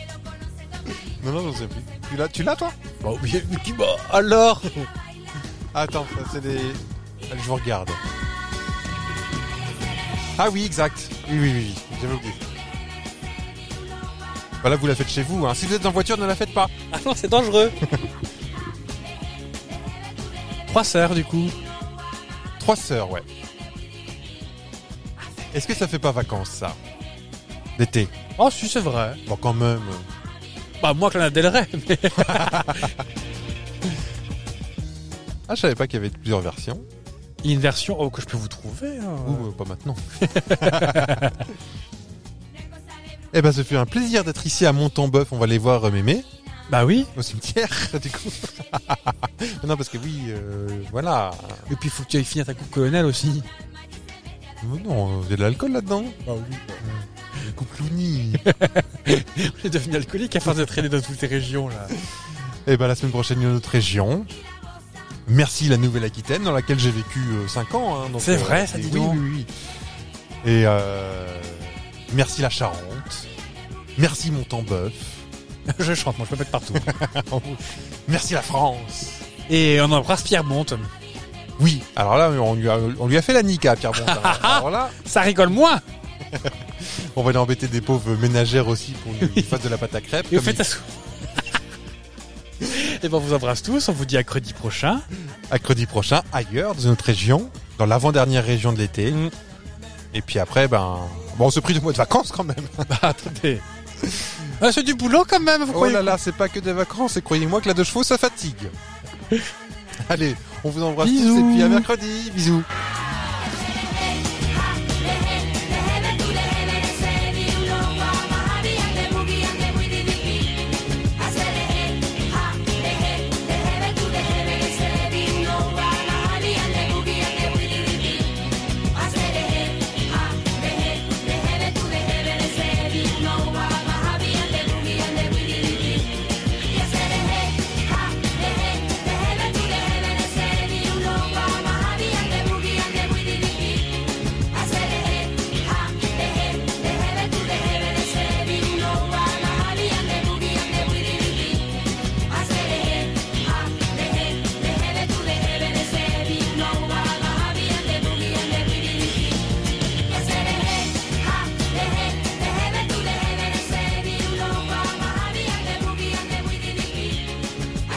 Non non, je sais plus. Tu l'as tu l'as toi? Bah oui, mais qui bah alors? Attends, ça, c'est des... Allez, je vous regarde. Ah oui, exact. Oui, oui, oui, j'avais oublié. Voilà, vous la faites chez vous. Hein. Si vous êtes en voiture, ne la faites pas. Ah non, c'est dangereux. Trois sœurs, du coup. Trois sœurs, ouais. Est-ce que ça fait pas vacances, ça? D'été? Oh, si, c'est vrai. Bon, quand même. Bah, moi, que Lana Del Rey, mais... Ah, je savais pas qu'il y avait plusieurs versions. Il y a une version oh, que je peux vous trouver. Hein. Ou euh, pas maintenant. Eh ben, ce fut un plaisir d'être ici à Montembeuf. On va aller voir euh, Mémé Bah oui. au cimetière, du coup. Non, parce que oui, euh, voilà. Et puis, il faut que tu ailles finir ta coupe colonel aussi. Mais non, il y a de l'alcool là-dedans. Bah oui. Le couple Louni. On est devenu alcoolique à force de traîner dans toutes les régions, là. Eh ben, la semaine prochaine, une autre région. Merci la Nouvelle-Aquitaine, dans laquelle j'ai vécu cinq ans. Hein, donc, C'est euh, vrai, ça et dit oui, donc. oui, oui. Et euh, merci la Charente. Merci Montembeuf. Je chante, moi, je peux mettre partout. Merci la France. Et on embrasse Pierre Monte. Oui, alors là, on lui a, on lui a fait la nique à Pierre Bonte. Alors là, Ça rigole moins. on va aller embêter des pauvres ménagères aussi pour qu'ils fassent de la pâte à crêpes. Et vous comme faites à Et ben, on vous embrasse tous. On vous dit à mercredi prochain. mercredi prochain, ailleurs, dans notre région, dans l'avant-dernière région de l'été. Mm. Et puis après, ben, bon, on se prie de mois de vacances quand même. Bah, attendez. Ah, c'est du boulot quand même, vous Oh croyez là là, c'est pas que des vacances, et croyez-moi que la deux chevaux, ça fatigue. Allez, on vous embrasse Bisous. tous, et puis à mercredi. Bisous.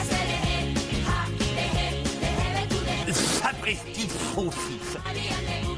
Sapristi faux fils.